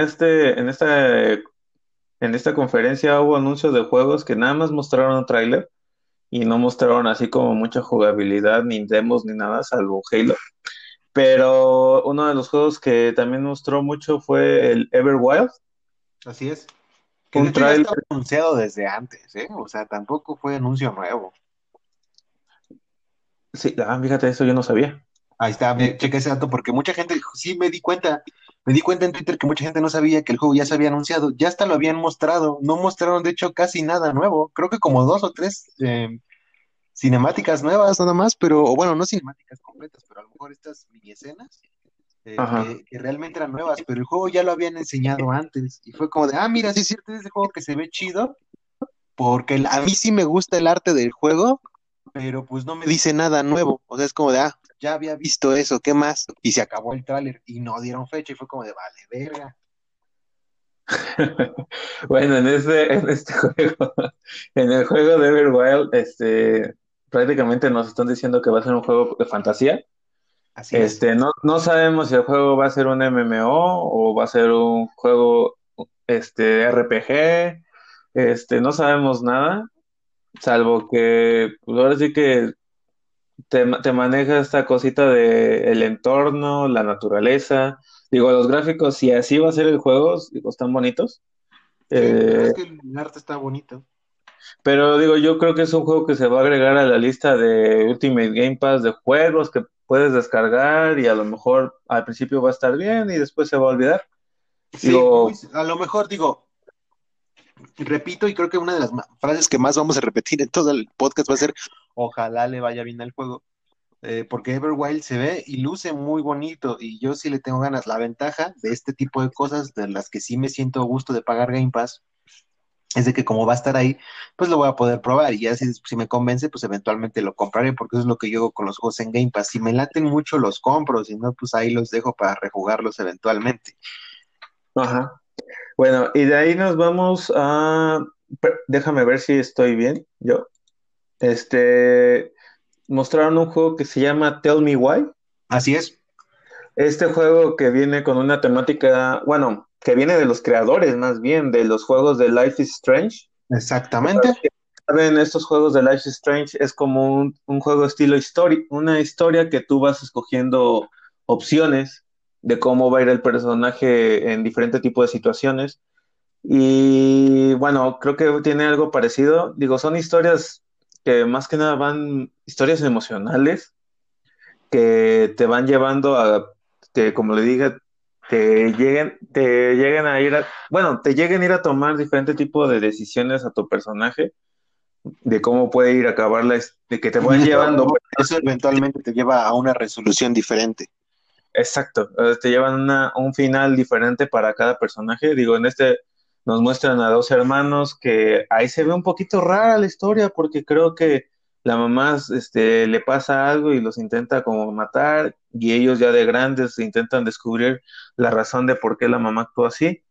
S2: en esta conferencia hubo anuncios de juegos que nada más mostraron un tráiler y no mostraron así como mucha jugabilidad, ni demos, ni nada, salvo Halo. Pero uno de los juegos que también mostró mucho fue el Everwild,
S1: Así es. Que de
S2: un
S1: hecho ya
S2: tráiler,
S1: estaba anunciado desde antes, ¿eh? O sea, tampoco fue anuncio nuevo.
S2: sí, fíjate, eso yo no sabía.
S1: Ahí está, checa ese dato porque mucha gente, sí me di cuenta en Twitter que mucha gente no sabía que el juego ya se había anunciado, ya hasta lo habían mostrado, no mostraron de hecho casi nada nuevo, creo que como dos o tres cinemáticas nuevas nada más, pero, o bueno, no cinemáticas completas, pero a lo mejor estas mini escenas
S2: Ajá.
S1: que realmente eran nuevas, pero el juego ya lo habían enseñado antes y fue como de, mira, sí es cierto, es ese juego que se ve chido, porque a mí sí me gusta el arte del juego, pero pues no me dice nada nuevo. O sea, es como de, ya había visto eso, ¿qué más? Y se acabó el tráiler y no dieron fecha y fue como de, vale, verga.
S2: Bueno, en este juego, en el juego de Everwild, prácticamente nos están diciendo que va a ser un juego de fantasía.
S1: Así es.
S2: No sabemos si el juego va a ser un MMO o va a ser un juego, RPG. No sabemos nada, salvo que, pues ahora sí que te maneja esta cosita de el entorno, la naturaleza. Digo, los gráficos, si así va a ser el juego, digo, están bonitos.
S1: Sí, la verdad
S2: Eh,
S1: es que el arte está bonito.
S2: Pero digo, yo creo que es un juego que se va a agregar a la lista de Ultimate Game Pass de juegos que puedes descargar y a lo mejor al principio va a estar bien y después se va a olvidar.
S1: Sí,
S2: Digo,
S1: a lo mejor digo, repito y creo que una de las frases que más vamos a repetir en todo el podcast va a ser, ojalá le vaya bien al juego. Porque Everwild se ve y luce muy bonito y yo sí le tengo ganas. La ventaja de este tipo de cosas, de las que sí me siento a gusto de pagar Game Pass, es de que como va a estar ahí, pues lo voy a poder probar y ya si me convence, pues eventualmente lo compraré, porque eso es lo que yo hago con los juegos en Game Pass. Si me laten mucho, los compro, si no, pues ahí los dejo para rejugarlos eventualmente.
S2: ajá. Bueno, y de ahí nos vamos déjame ver si estoy bien, yo. Este, Mostraron un juego que se llama Tell Me Why.
S1: Así es,
S2: Este juego que viene con una temática, bueno, que viene de los creadores más bien, de los juegos de Life is Strange.
S1: exactamente.
S2: Saben, estos juegos de Life is Strange es como un juego estilo historia, una historia que tú vas escogiendo opciones. de cómo va a ir el personaje en diferente tipo de situaciones. Y bueno, creo que tiene algo parecido. Digo, son historias que más que nada van, historias emocionales que te van llevando a que, como le diga, te lleguen a ir a, bueno, te lleguen a ir a tomar diferente tipo de decisiones a tu personaje, de cómo puede ir a acabar de que te
S1: Y
S2: van llevando.
S1: eso eventualmente te lleva a una resolución diferente.
S2: Exacto, te llevan un final diferente para cada personaje. Digo, en este nos muestran a dos hermanos que ahí se ve un poquito rara la historia porque creo que la mamá le pasa algo y los intenta como matar y ellos ya de grandes intentan descubrir la razón de por qué la mamá actuó así.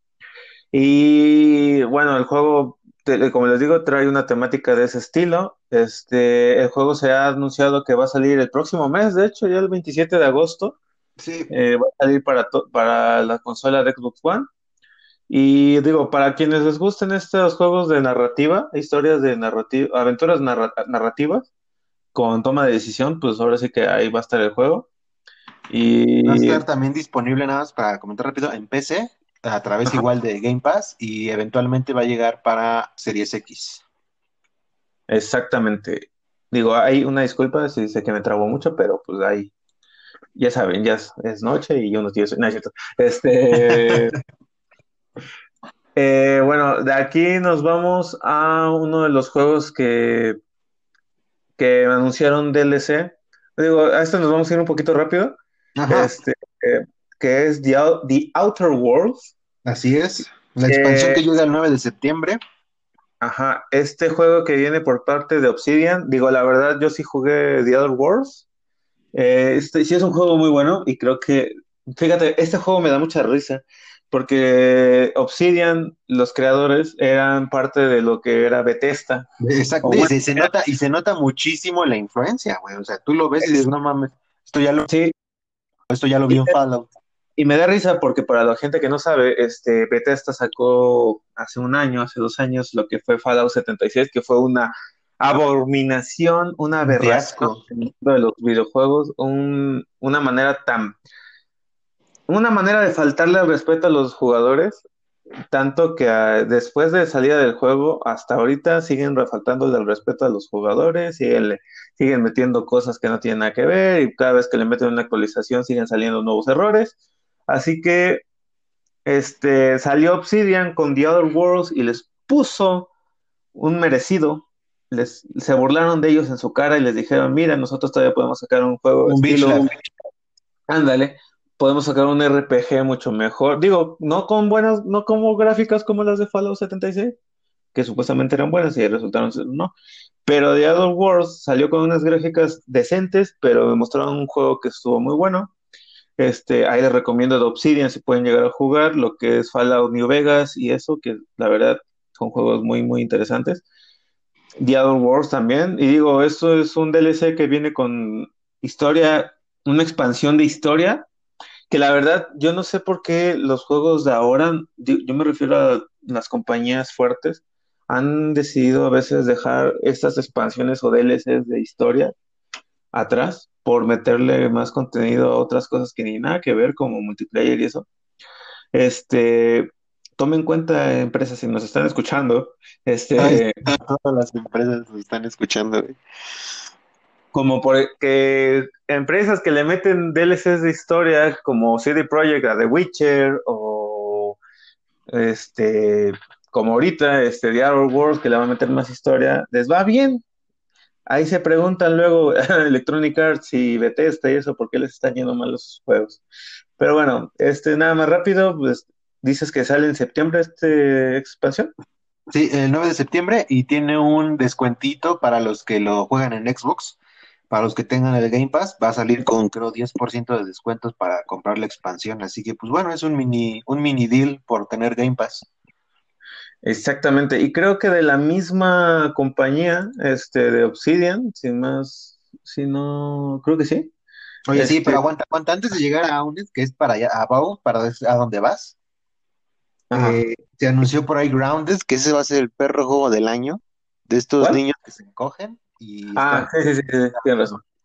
S2: Y bueno, el juego, como les digo, trae una temática de ese estilo. El juego se ha anunciado que va a salir el próximo mes, de hecho, ya el 27 de agosto.
S1: Sí,
S2: Va a salir para la consola de Xbox One. Y digo, para quienes les gusten estos juegos de narrativa, historias de narrativa, aventuras narrativas con toma de decisión, pues ahora sí que ahí va a estar el juego.
S1: va a
S2: Y
S1: estar también disponible nada más para comentar rápido en PC, a través
S2: ajá,
S1: igual de Game Pass y eventualmente va a llegar para Series X.
S2: exactamente. Digo, hay una disculpa si sé que me trabo mucho, pero pues ahí, ya saben, ya es noche y yo no estoy, no es cierto. Bueno, de aquí nos vamos a uno de los juegos que anunciaron DLC. Digo, a esto nos vamos a ir un poquito rápido.
S1: Ajá,
S2: Este, eh, que es The Outer Worlds.
S1: así es. La expansión
S2: Eh,
S1: que llega el 9 de septiembre.
S2: ajá, este juego que viene por parte de Obsidian. Digo, la verdad, yo sí jugué The Outer Worlds. Este sí es un juego muy bueno y creo que, fíjate, este juego me da mucha risa porque Obsidian, los creadores, eran parte de lo que era Bethesda.
S1: Exacto,
S2: O bueno,
S1: y se nota muchísimo la influencia, güey. O sea, tú lo ves y dices, no mames,
S2: sí,
S1: esto ya lo vi en Fallout.
S2: y me da risa porque para la gente que no sabe, Bethesda sacó hace un año, hace 2 años, lo que fue Fallout 76, que fue una abominación, una
S1: De
S2: aberración
S1: asco.
S2: en el mundo de los videojuegos, una manera de faltarle al respeto a los jugadores, tanto que después de salida del juego hasta ahorita siguen faltándole el respeto a los jugadores, siguen metiendo cosas que no tienen nada que ver y cada vez que le meten una actualización siguen saliendo nuevos errores. Así que salió Obsidian con The Other Worlds y les puso un merecido. Se burlaron de ellos en su cara y les dijeron, mira, nosotros todavía podemos sacar un juego
S1: Un beach
S2: estilo,
S1: lab.
S2: ándale, podemos sacar un RPG mucho mejor. Digo, no con buenas, no como gráficas como las de Fallout 76, que supuestamente eran buenas y resultaron ser no. Pero The Other Worlds salió con unas gráficas decentes, pero demostraron un juego que estuvo muy bueno. Ahí les recomiendo de Obsidian si pueden llegar a jugar lo que es Fallout New Vegas y eso, que la verdad son juegos muy, muy interesantes. The Outer Worlds también. Y digo, esto es un DLC que viene con historia, una expansión de historia, que la verdad yo no sé por qué los juegos de ahora, yo me refiero a las compañías fuertes, han decidido a veces dejar estas expansiones o DLCs de historia atrás por meterle más contenido a otras cosas que ni nada que ver, como multiplayer y eso. Este, Tome en cuenta, empresas, si nos están escuchando,
S1: Ay,
S2: este,
S1: todas las empresas nos están escuchando, güey.
S2: como porque empresas que le meten DLCs de historia, como CD Projekt a The Witcher, o este, como ahorita, The Outer Worlds, que le va a meter más historia, les va bien. Ahí se preguntan luego Electronic Arts y Bethesda y eso, ¿por qué les están yendo mal los juegos? Pero bueno, nada más rápido, pues dices que sale en septiembre esta expansión.
S1: Sí, el 9 de septiembre y tiene un descuentito para los que lo juegan en Xbox. Para los que tengan el Game Pass, va a salir con creo 10% de descuentos para comprar la expansión. Así que, pues bueno, es un mini deal por tener Game Pass.
S2: Exactamente, y creo que de la misma compañía, de Obsidian, sin más, si no, creo que sí.
S1: Oye, sí, pero
S2: Este,
S1: aguanta, aguanta. Antes de llegar a Unes, que es para allá, a Bau, a donde vas,
S2: ajá,
S1: se anunció por ahí Grounded, que ese va a ser el perro juego del año, de estos
S2: ¿cuál?
S1: niños que se encogen y
S2: Ah,
S1: están.
S2: sí, sí, sí, sí, tienes razón.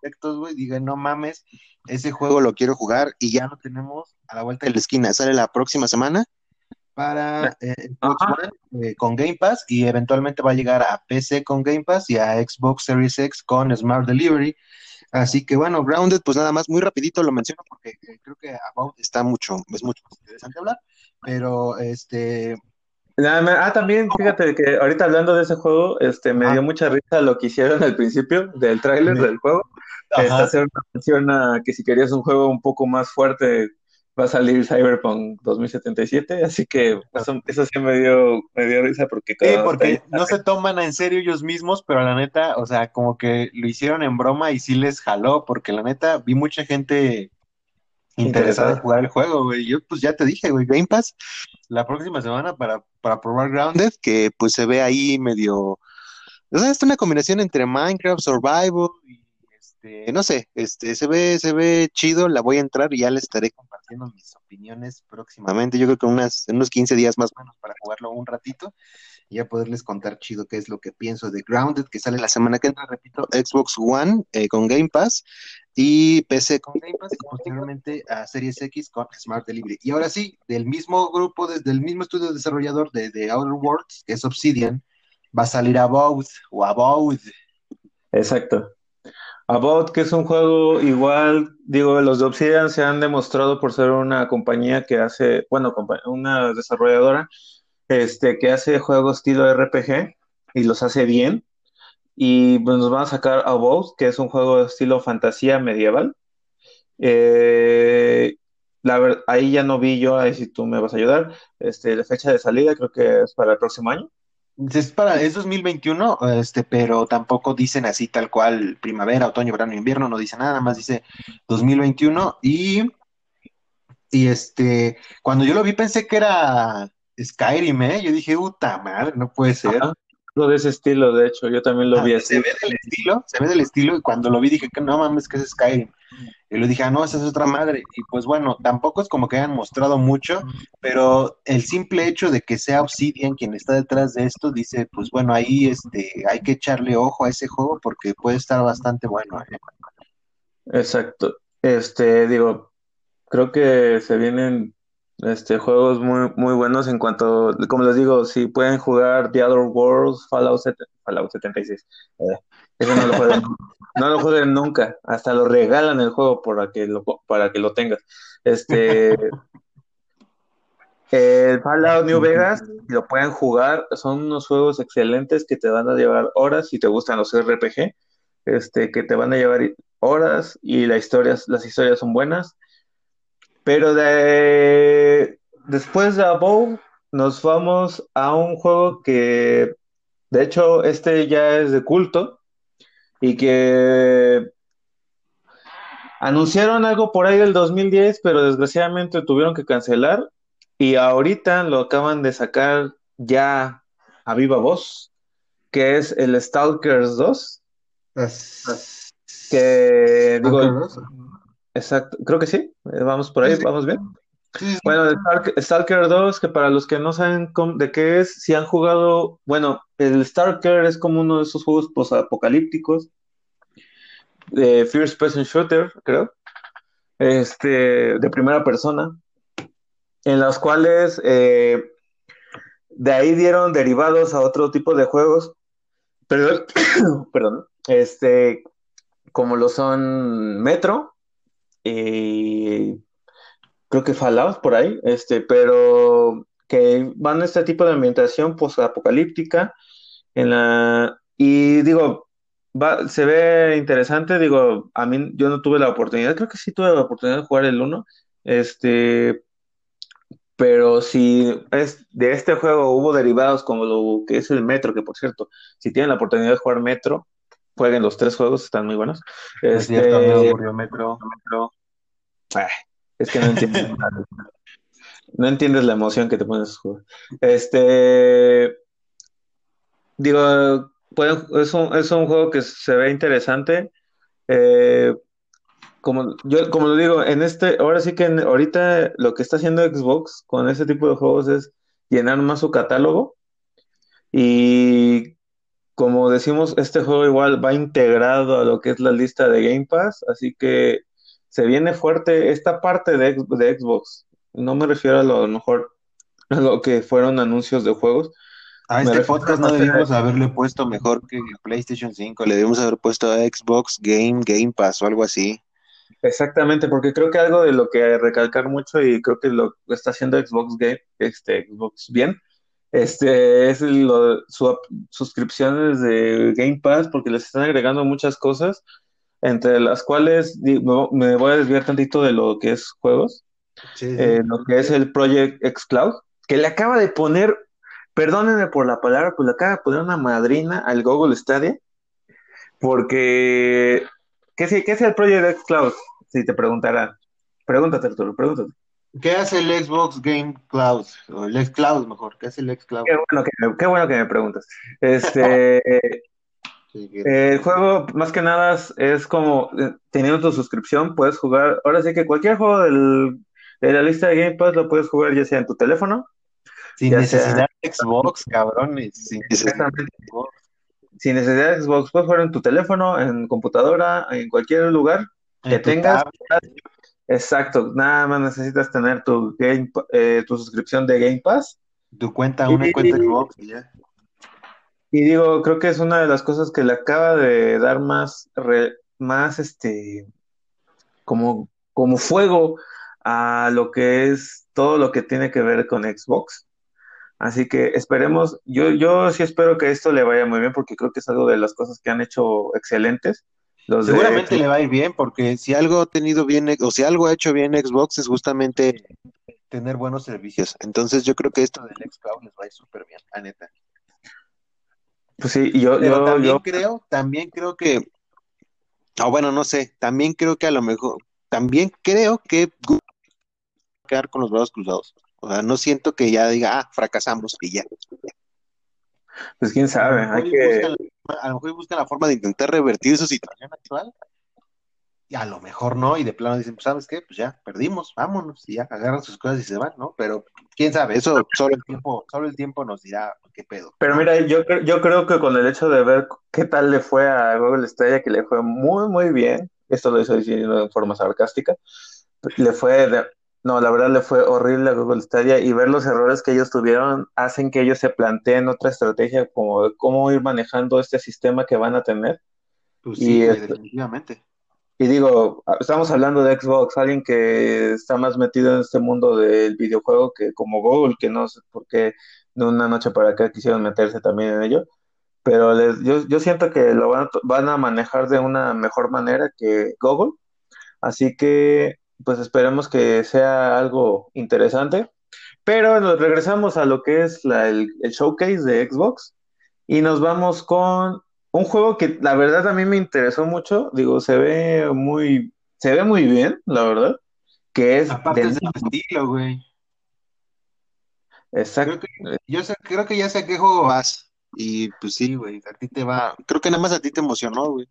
S1: aspectos, güey, dije, no mames, ese juego lo quiero jugar y ya lo tenemos a la vuelta de la esquina. Sale la próxima semana para Xbox
S2: Ajá.
S1: One con Game Pass y eventualmente va a llegar a PC con Game Pass y a Xbox Series X con Smart Delivery. Así que bueno, Grounded, pues nada más, muy rapidito lo menciono porque creo que About es mucho más interesante hablar, pero
S2: También, fíjate que ahorita hablando de ese juego, me dio
S1: ajá,
S2: mucha risa lo que hicieron al principio del tráiler del juego.
S1: ajá.
S2: Hacer una mención a que si querías un juego un poco más fuerte, va a salir Cyberpunk 2077, así que eso sí me dio risa porque
S1: Sí,
S2: hasta ahí.
S1: porque no se toman en serio ellos mismos, pero la neta, o sea, como que lo hicieron en broma y sí les jaló, porque la neta vi mucha gente interesada en
S2: Interesado.
S1: jugar el juego, güey. Yo pues ya te dije, güey, Game Pass la próxima semana para probar Grounded, que pues se ve ahí medio, o sea, es una combinación entre Minecraft, Survival y no sé, se ve chido, la voy a entrar y ya les estaré compartiendo mis opiniones próximamente. Yo creo que en unos 15 días más o menos para jugarlo un ratito y ya poderles contar chido qué es lo que pienso de Grounded, que sale la semana que entra, repito, Xbox One con Game Pass y PC con Game Pass y posteriormente a Series X con Smart Delivery. Y ahora sí, del mismo grupo, desde el mismo estudio desarrollador de Outer Worlds, que es Obsidian, va a salir About o About.
S2: Exacto. About, que es un juego igual, digo, los de Obsidian se han demostrado por ser una compañía que hace, bueno, una desarrolladora, que hace juegos estilo RPG y los hace bien. Y pues nos van a sacar About, que es un juego de estilo fantasía medieval. Eh, ahí ya no vi yo, ahí si tú me vas a ayudar. La fecha de salida creo que es para el próximo año.
S1: Es 2021, pero tampoco dicen así tal cual primavera, otoño, verano, invierno, no dice nada más dice 2021 cuando yo lo vi pensé que era Skyrim, ¿eh? Yo dije, puta madre, no puede ser.
S2: Ajá. Algo de ese estilo, de hecho, yo también lo vi así.
S1: Se ve del estilo, y cuando lo vi dije que no mames, que es Skyrim. Y le dije, ah, no, esa es otra madre. Y pues bueno, tampoco es como que hayan mostrado mucho, pero el simple hecho de que sea Obsidian quien está detrás de esto, dice, pues bueno, ahí hay que echarle ojo a ese juego porque puede estar bastante bueno, ¿eh?
S2: Exacto. Digo, creo que se vienen juegos muy, muy buenos en cuanto, como les digo, si pueden jugar The Other Worlds, Fallout 76. Ese no lo jueguen, no lo jueguen nunca, hasta lo regalan el juego para que lo tengas. Este, el Fallout New Vegas, si lo pueden jugar, son unos juegos excelentes que te van a llevar horas si te gustan los RPG, que te van a llevar horas y las historias son buenas. Pero después de Above nos vamos a un juego que, de hecho, ya es de culto y que anunciaron algo por ahí del 2010, pero desgraciadamente tuvieron que cancelar y ahorita lo acaban de sacar ya a viva voz, que es el Stalkers 2, que digo, exacto, creo que sí, vamos por
S1: Sí,
S2: ahí,
S1: sí,
S2: vamos bien.
S1: sí, sí.
S2: Bueno, Stalker 2, que para los que no saben de qué es, si han jugado, bueno, el Stalker es como uno de esos juegos posapocalípticos de First Person Shooter, creo, de primera persona, en los cuales de ahí dieron derivados a otro tipo de juegos, perdón, perdón, como lo son Metro y creo que Fallout por ahí, pero que van a este tipo de ambientación post-apocalíptica y digo, se ve interesante, digo, a mí yo no tuve la oportunidad, creo que sí tuve la oportunidad de jugar el uno, pero si es de este juego hubo derivados como lo que es el Metro, que por cierto, si tienen la oportunidad de jugar Metro, jueguen los tres juegos, están muy buenos.
S1: Es cierto, me
S2: Este,
S1: aburrió Metro.
S2: ah, es que no entiendo. No entiendes la emoción que te pones a jugar. Este, digo, es un juego que se ve interesante. Eh, como lo digo, ahora sí que ahorita lo que está haciendo Xbox con ese tipo de juegos es llenar más su catálogo. Y como decimos, este juego igual va integrado a lo que es la lista de Game Pass, así que se viene fuerte esta parte de Xbox. No me refiero a lo mejor a lo que fueron anuncios de juegos,
S1: A
S2: me
S1: este
S2: refiero a
S1: podcast
S2: la
S1: no
S2: parte
S1: debimos haberle puesto mejor que PlayStation 5, le debimos haber puesto a Xbox Game Pass o algo así.
S2: exactamente, porque creo que algo de lo que recalcar mucho y creo que lo está haciendo Xbox bien, es suscripciones de Game Pass porque les están agregando muchas cosas, entre las cuales me voy a desviar tantito de lo que es juegos,
S1: Sí, sí.
S2: lo que es el Project X Cloud, que le acaba de poner, perdónenme por la palabra, pues le acaba de poner una madrina al Google Stadia, porque, qué es el Project X Cloud? Si te preguntarán. Pregúntate, Arturo, pregúntate.
S1: ¿Qué hace el Xbox Game Cloud? O el X Cloud mejor, ¿qué hace el X Cloud?
S2: Qué bueno que me preguntas. Este,
S1: Sí, que-
S2: el juego, más que nada, es como teniendo tu suscripción, puedes jugar. Ahora sí que cualquier juego de la lista de Game Pass lo puedes jugar ya sea en tu teléfono,
S1: Sin
S2: ya sea
S1: necesidad de Xbox, cabrones, sin necesidad de
S2: exactamente
S1: Xbox.
S2: sin necesidad de Xbox, puedes jugar en tu teléfono, en computadora, en cualquier lugar que
S1: En tu
S2: tengas.
S1: tab,
S2: Exacto, nada más necesitas tener tu suscripción de Game Pass.
S1: tu cuenta,
S2: Y,
S1: una cuenta Xbox y ya.
S2: y digo, creo que es una de las cosas que le acaba de dar más como fuego a lo que es todo lo que tiene que ver con Xbox. Así que esperemos, yo sí espero que esto le vaya muy bien porque creo que es algo de las cosas que han hecho excelentes los de
S1: Seguramente
S2: Xbox.
S1: le va a ir bien, porque si algo ha tenido bien, o si algo ha hecho bien Xbox es justamente tener buenos servicios. Entonces yo creo que esto del xCloud les va a ir súper bien, la neta.
S2: Pues sí,
S1: Pero
S2: yo,
S1: también creo que, o bueno, no sé, también creo que a lo mejor, también creo que Google va a quedar con los brazos cruzados. O sea, no siento que ya diga, fracasamos y ya.
S2: pues quién
S1: A lo
S2: sabe,
S1: mejor y buscan, a lo mejor y buscan la forma de intentar revertir su situación actual. Y a lo mejor no, y de plano dicen, pues, ¿sabes qué? Pues ya, perdimos, vámonos, y ya, agarran sus cosas y se van, ¿no? Pero quién sabe, eso solo el tiempo nos dirá qué pedo,
S2: pero
S1: ¿no?
S2: mira, yo creo que con el hecho de ver qué tal le fue a Google Stadia, que le fue muy, muy bien, esto lo estoy diciendo en forma sarcástica, le fue, no, la verdad le fue horrible a Google Stadia y ver los errores que ellos tuvieron hacen que ellos se planteen otra estrategia como de cómo ir manejando este sistema que van a tener.
S1: Pues sí,
S2: Y,
S1: güey, definitivamente.
S2: y digo, estamos hablando de Xbox, alguien que está más metido en este mundo del videojuego que como Google, que no sé por qué de una noche para acá quisieron meterse también en ello. Pero yo siento que lo van a manejar de una mejor manera que Google, así que pues esperemos que sea algo interesante. Pero nos regresamos a lo que es el showcase de Xbox y nos vamos con un juego que la verdad a mí me interesó mucho, digo, se ve muy bien, la verdad, que es
S1: Aparte es de tu estilo, güey. Creo
S2: exacto,
S1: que, creo que ya sé a qué juego vas. Y pues sí, güey, a ti te va. Creo que nada más a ti te emocionó, güey.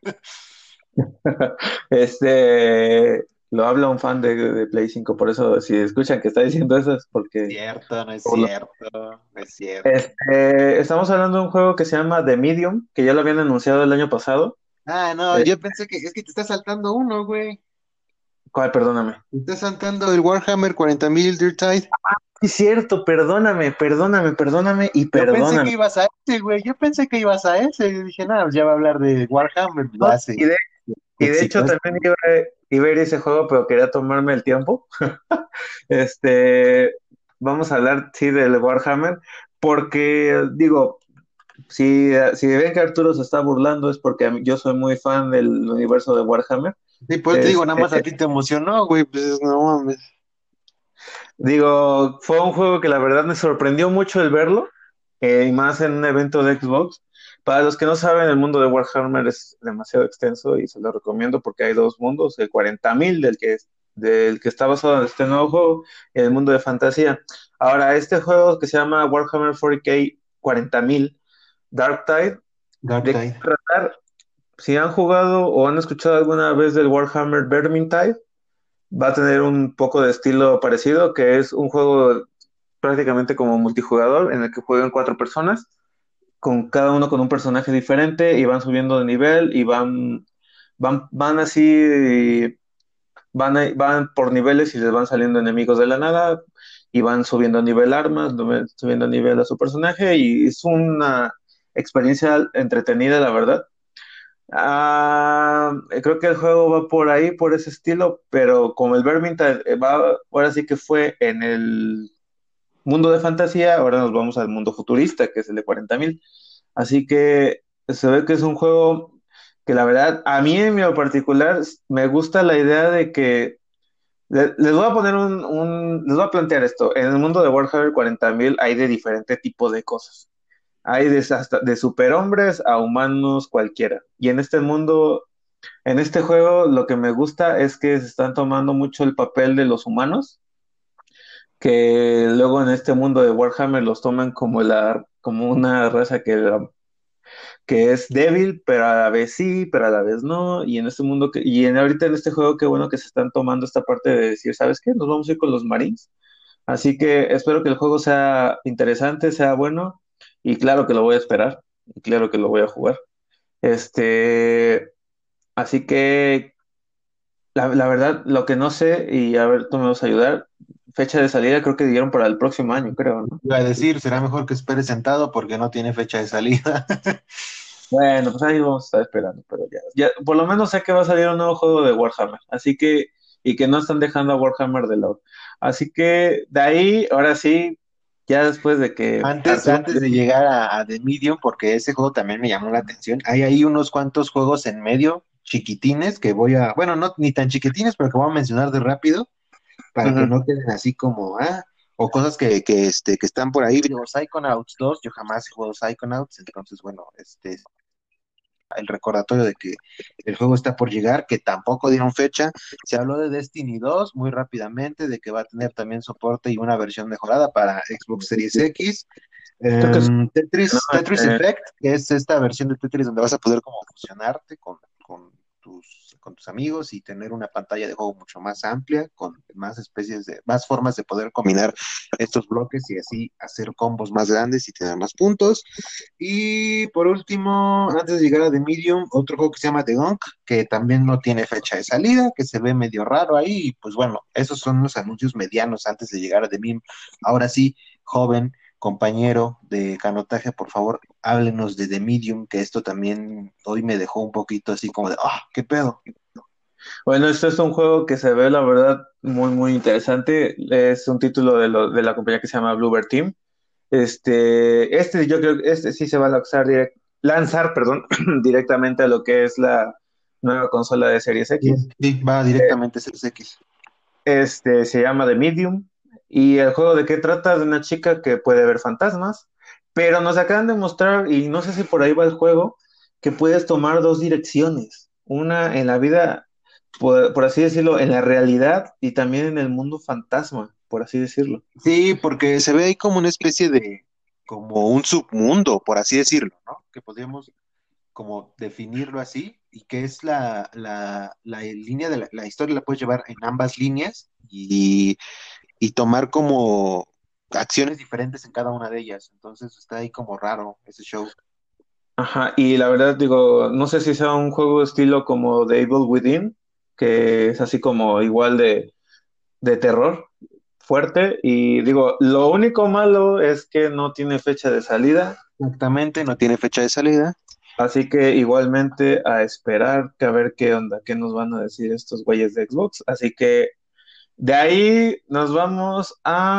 S2: lo habla un fan de Play 5, por eso si escuchan que está diciendo eso es porque
S1: Cierto, no es cierto, no es cierto.
S2: Estamos hablando de un juego que se llama The Medium, que ya lo habían anunciado el año pasado.
S1: Ah, no,
S2: Eh,
S1: yo pensé que es que te está saltando uno, güey.
S2: ¿Cuál? Perdóname.
S1: Te está saltando el Warhammer 40.000 Dear Tide.
S2: Sí, es cierto, perdóname y
S1: Yo pensé que
S2: perdóname.
S1: ibas a ese, güey. Yo pensé que ibas a ese. Y dije, nada, pues ya va a hablar de Warhammer.
S2: ¿No?
S1: Va a ser
S2: Y de hecho
S1: exitoso.
S2: también iba a ir a ese juego, pero quería tomarme el tiempo. Este, Vamos a hablar, sí, del Warhammer, porque digo, si ven que Arturo se está burlando es porque yo soy muy fan del universo de Warhammer.
S1: Sí, pues te digo, nada
S2: Este,
S1: más a ti te emocionó, güey. Pues no mames.
S2: Digo, fue un juego que la verdad me sorprendió mucho el verlo, y más en un evento de Xbox. Para los que no saben, el mundo de Warhammer es demasiado extenso y se lo recomiendo porque hay dos mundos, el 40.000 del que está basado en este nuevo juego y el mundo de fantasía. Ahora, este juego que se llama Warhammer 40K 40.000 Dark Tide,
S1: Dark
S2: ¿de qué
S1: Tide.
S2: va a tratar? Si han jugado o han escuchado alguna vez del Warhammer Vermintide, va a tener un poco de estilo parecido, que es un juego prácticamente como multijugador en el que juegan cuatro personas. con cada uno con un personaje diferente y van subiendo de nivel y van así, van por niveles y les van saliendo enemigos de la nada y van subiendo a nivel armas, subiendo a nivel a su personaje y es una experiencia entretenida, la verdad. Creo que el juego va por ahí, por ese estilo, pero como el Vermintide ahora sí que fue en el mundo de fantasía, ahora nos vamos al mundo futurista, que es el de 40.000. Así que se ve que es un juego que la verdad, a mí en lo particular, me gusta la idea de que les voy a poner les voy a plantear esto. En el mundo de Warhammer 40.000 hay de diferente tipo de cosas. Hay hasta de superhombres a humanos cualquiera. Y en este mundo, en este juego, lo que me gusta es que se están tomando mucho el papel de los humanos, que luego en este mundo de Warhammer los toman como una raza que es débil, pero a la vez sí, pero a la vez no. Y en este mundo ahorita en este juego, qué bueno que se están tomando esta parte de decir, ¿sabes qué? Nos vamos a ir con los Marines. Así que espero que el juego sea interesante, sea bueno, y claro que lo voy a esperar, y claro que lo voy a jugar. Este, Así que la verdad, lo que no sé, y a ver, tú me vas a ayudar, fecha de salida creo que dieron para el próximo año, creo, ¿no?
S1: Iba a decir, será mejor que espere sentado porque no tiene fecha de salida.
S2: Bueno, pues ahí vamos a estar esperando, pero ya, por lo menos sé que va a salir un nuevo juego de Warhammer, así que, y que no están dejando a Warhammer de lado. Así que de ahí, ahora sí, ya después de que Arturo,
S1: Antes de llegar a The Medium, porque ese juego también me llamó la atención, hay ahí unos cuantos juegos en medio, chiquitines, que bueno, no ni tan chiquitines, pero que voy a mencionar de rápido, para que
S2: ujú,
S1: no queden así como, o cosas que están por ahí. Digo, Psychonauts 2, yo jamás he jugado Psychonauts, entonces, bueno, el recordatorio de que el juego está por llegar, que tampoco dieron fecha. Se habló de Destiny 2 muy rápidamente, de que va a tener también soporte y una versión mejorada para Xbox Series X.
S2: creo que sí, ¿no?
S1: Tetris
S2: Eh,
S1: Effect, que es esta versión de Tetris donde vas a poder como fusionarte con tus amigos y tener una pantalla de juego mucho más amplia, con más formas de poder combinar estos bloques y así hacer combos más grandes y tener más puntos. Y por último, antes de llegar a The Medium, otro juego que se llama The Gunk, que también no tiene fecha de salida, que se ve medio raro ahí. Y pues bueno, esos son los anuncios medianos antes de llegar a The Medium. Ahora sí, joven, compañero de canotaje, por favor, háblenos de The Medium, que esto también hoy me dejó un poquito así como de, ¿qué pedo?
S2: bueno, este es un juego que se ve, la verdad, muy, muy interesante. Es un título de la compañía que se llama Bluebird Team. Yo creo que este sí se va a lanzar, perdón, directamente a lo que es la nueva consola de Series X.
S1: Sí, va directamente a Series X.
S2: Se llama The Medium. Y el juego de qué trata de una chica que puede ver fantasmas, pero nos acaban de mostrar, y no sé si por ahí va el juego, que puedes tomar dos direcciones. Una en la vida, por así decirlo, en la realidad y también en el mundo fantasma, por así decirlo.
S1: Sí, porque se ve ahí como una especie como un submundo, por así decirlo, ¿no? Que podríamos como definirlo así, y que es la línea de la historia la puedes llevar en ambas líneas y tomar como acciones diferentes en cada una de ellas. Entonces está ahí como raro ese show.
S2: Ajá, y la verdad digo, no sé si sea un juego estilo como The Evil Within, que es así como igual de terror fuerte, y digo, lo único malo es que no tiene fecha de salida,
S1: Exactamente, no tiene fecha de salida.
S2: así que igualmente a esperar que a ver qué onda, qué nos van a decir estos güeyes de Xbox, así que de ahí nos vamos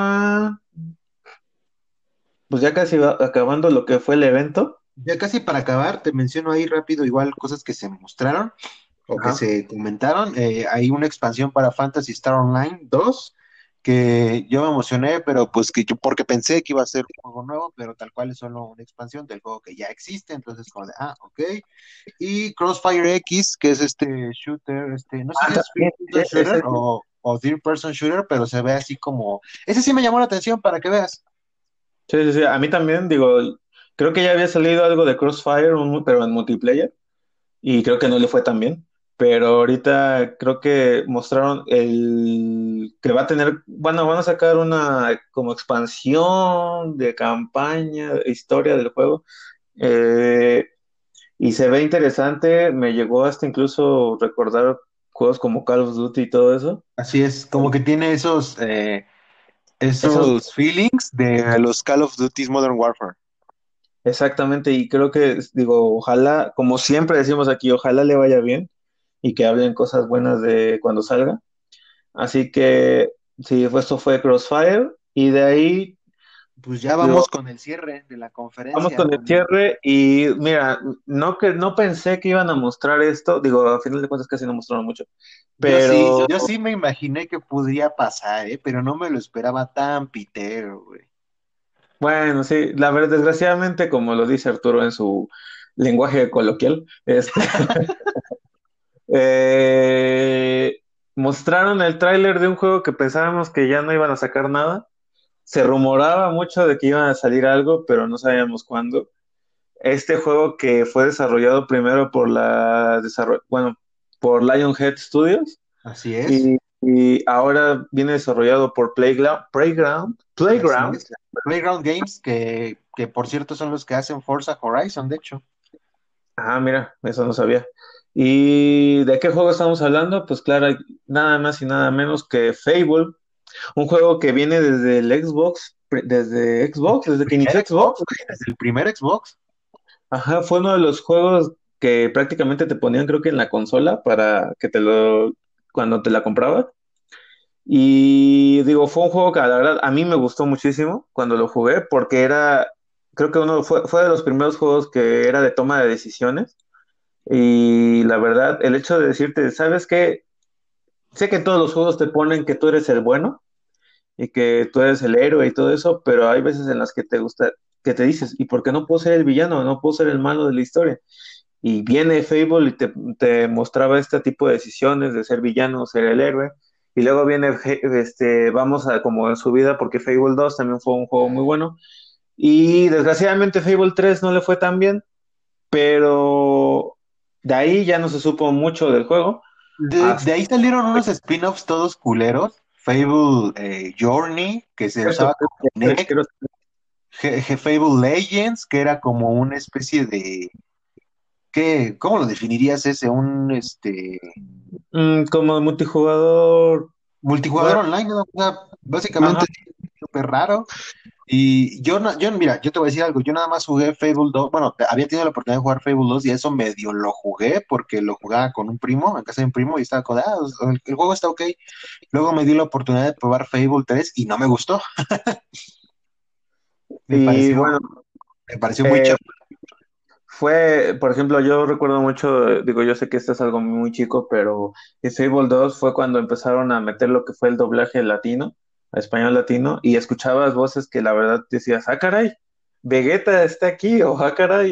S2: pues ya casi va acabando lo que fue el evento.
S1: Ya casi para acabar, te menciono ahí rápido igual cosas que se mostraron o que
S2: Ajá.
S1: se comentaron. Hay una expansión para Phantasy Star Online 2 que yo me emocioné, pero pues que yo porque pensé que iba a ser un juego nuevo, pero tal cual es solo una expansión del juego que ya existe, entonces como de, ok. Y Crossfire X, que es este shooter, no sé si es
S2: También,
S1: first person shooter o third person shooter, pero se ve así como, ese sí me llamó la atención para que veas.
S2: sí, sí, sí, a mí también, digo, creo que ya había salido algo de Crossfire, pero en multiplayer. Y creo que no le fue tan bien. Pero ahorita creo que mostraron el que va a tener, bueno, van a sacar una como expansión de campaña, de historia del juego. Eh, y se ve interesante, me llegó hasta incluso recordar juegos como Call of Duty y todo eso.
S1: Así es, como que tiene
S2: Esos,
S1: esos feelings de los Call of Duty Modern Warfare.
S2: exactamente, y creo que, digo, ojalá, como siempre decimos aquí, ojalá le vaya bien y que hablen cosas buenas de cuando salga. Así que, sí, esto fue Crossfire, y de ahí,
S1: Pues ya
S2: digo,
S1: vamos con el cierre de la
S2: vamos
S1: conferencia,
S2: con el
S1: con
S2: cierre, y mira, no pensé que iban a mostrar esto, digo, a final de cuentas casi no mostraron mucho, pero
S1: yo sí me imaginé que podría pasar, pero no me lo esperaba tan pitero, güey.
S2: bueno, sí, la verdad, desgraciadamente, como lo dice Arturo en su lenguaje coloquial, mostraron el tráiler de un juego que pensábamos que ya no iban a sacar nada. Se rumoraba mucho de que iban a salir algo, pero no sabíamos cuándo. Este juego que fue desarrollado primero por bueno, por Lionhead Studios,
S1: Así es,
S2: y ahora viene desarrollado por
S1: así
S2: Playground.
S1: es. Playground Games, que por cierto son los que hacen Forza Horizon, de hecho.
S2: Ah, mira, eso no sabía. ¿Y de qué juego estamos hablando? Pues claro, nada más y nada menos que Fable, un juego que viene desde el Xbox, desde que
S1: Primer
S2: inició Xbox.
S1: Xbox, güey, desde el primer Xbox.
S2: Ajá, fue uno de los juegos que prácticamente te ponían, creo que en la consola para que cuando te la comprabas. Y digo, fue un juego que la verdad a mí me gustó muchísimo cuando lo jugué porque creo que fue de los primeros juegos que era de toma de decisiones. Y la verdad, el hecho de decirte, ¿sabes qué? Sé que en todos los juegos te ponen que tú eres el bueno y que tú eres el héroe y todo eso, pero hay veces en las que te gusta, que te dices, ¿y por qué no puedo ser el villano? No puedo ser el malo de la historia. Y viene Fable y te mostraba este tipo de decisiones de ser villano o ser el héroe. Y luego viene, vamos a como en su vida, porque Fable 2 también fue un juego muy bueno. Y desgraciadamente Fable 3 no le fue tan bien, pero de ahí ya no se supo mucho del juego.
S1: De ahí salieron unos spin-offs todos culeros. Fable Journey, que se
S2: Cierto,
S1: usaba como Kinect. Fable Legends, que era como una especie de... ¿Cómo lo definirías ese?
S2: como multijugador,
S1: Multijugador
S2: bueno,
S1: online, ¿no? O sea, básicamente
S2: ajá,
S1: súper raro. Y yo, mira, yo te voy a decir algo, yo nada más jugué Fable 2, bueno, había tenido la oportunidad de jugar Fable 2 y eso medio lo jugué porque lo jugaba con un primo, en casa de un primo y estaba como, el juego está ok. Luego me di la oportunidad de probar Fable 3 y no me gustó, me
S2: y
S1: pareció,
S2: bueno,
S1: me pareció muy
S2: eh,
S1: chafa.
S2: por ejemplo, yo recuerdo mucho, digo, yo sé que esto es algo muy chico, pero Fable 2 fue cuando empezaron a meter lo que fue el doblaje latino, a español latino, y escuchabas voces que la verdad decías, ah, caray, Vegeta está aquí, o ah, caray,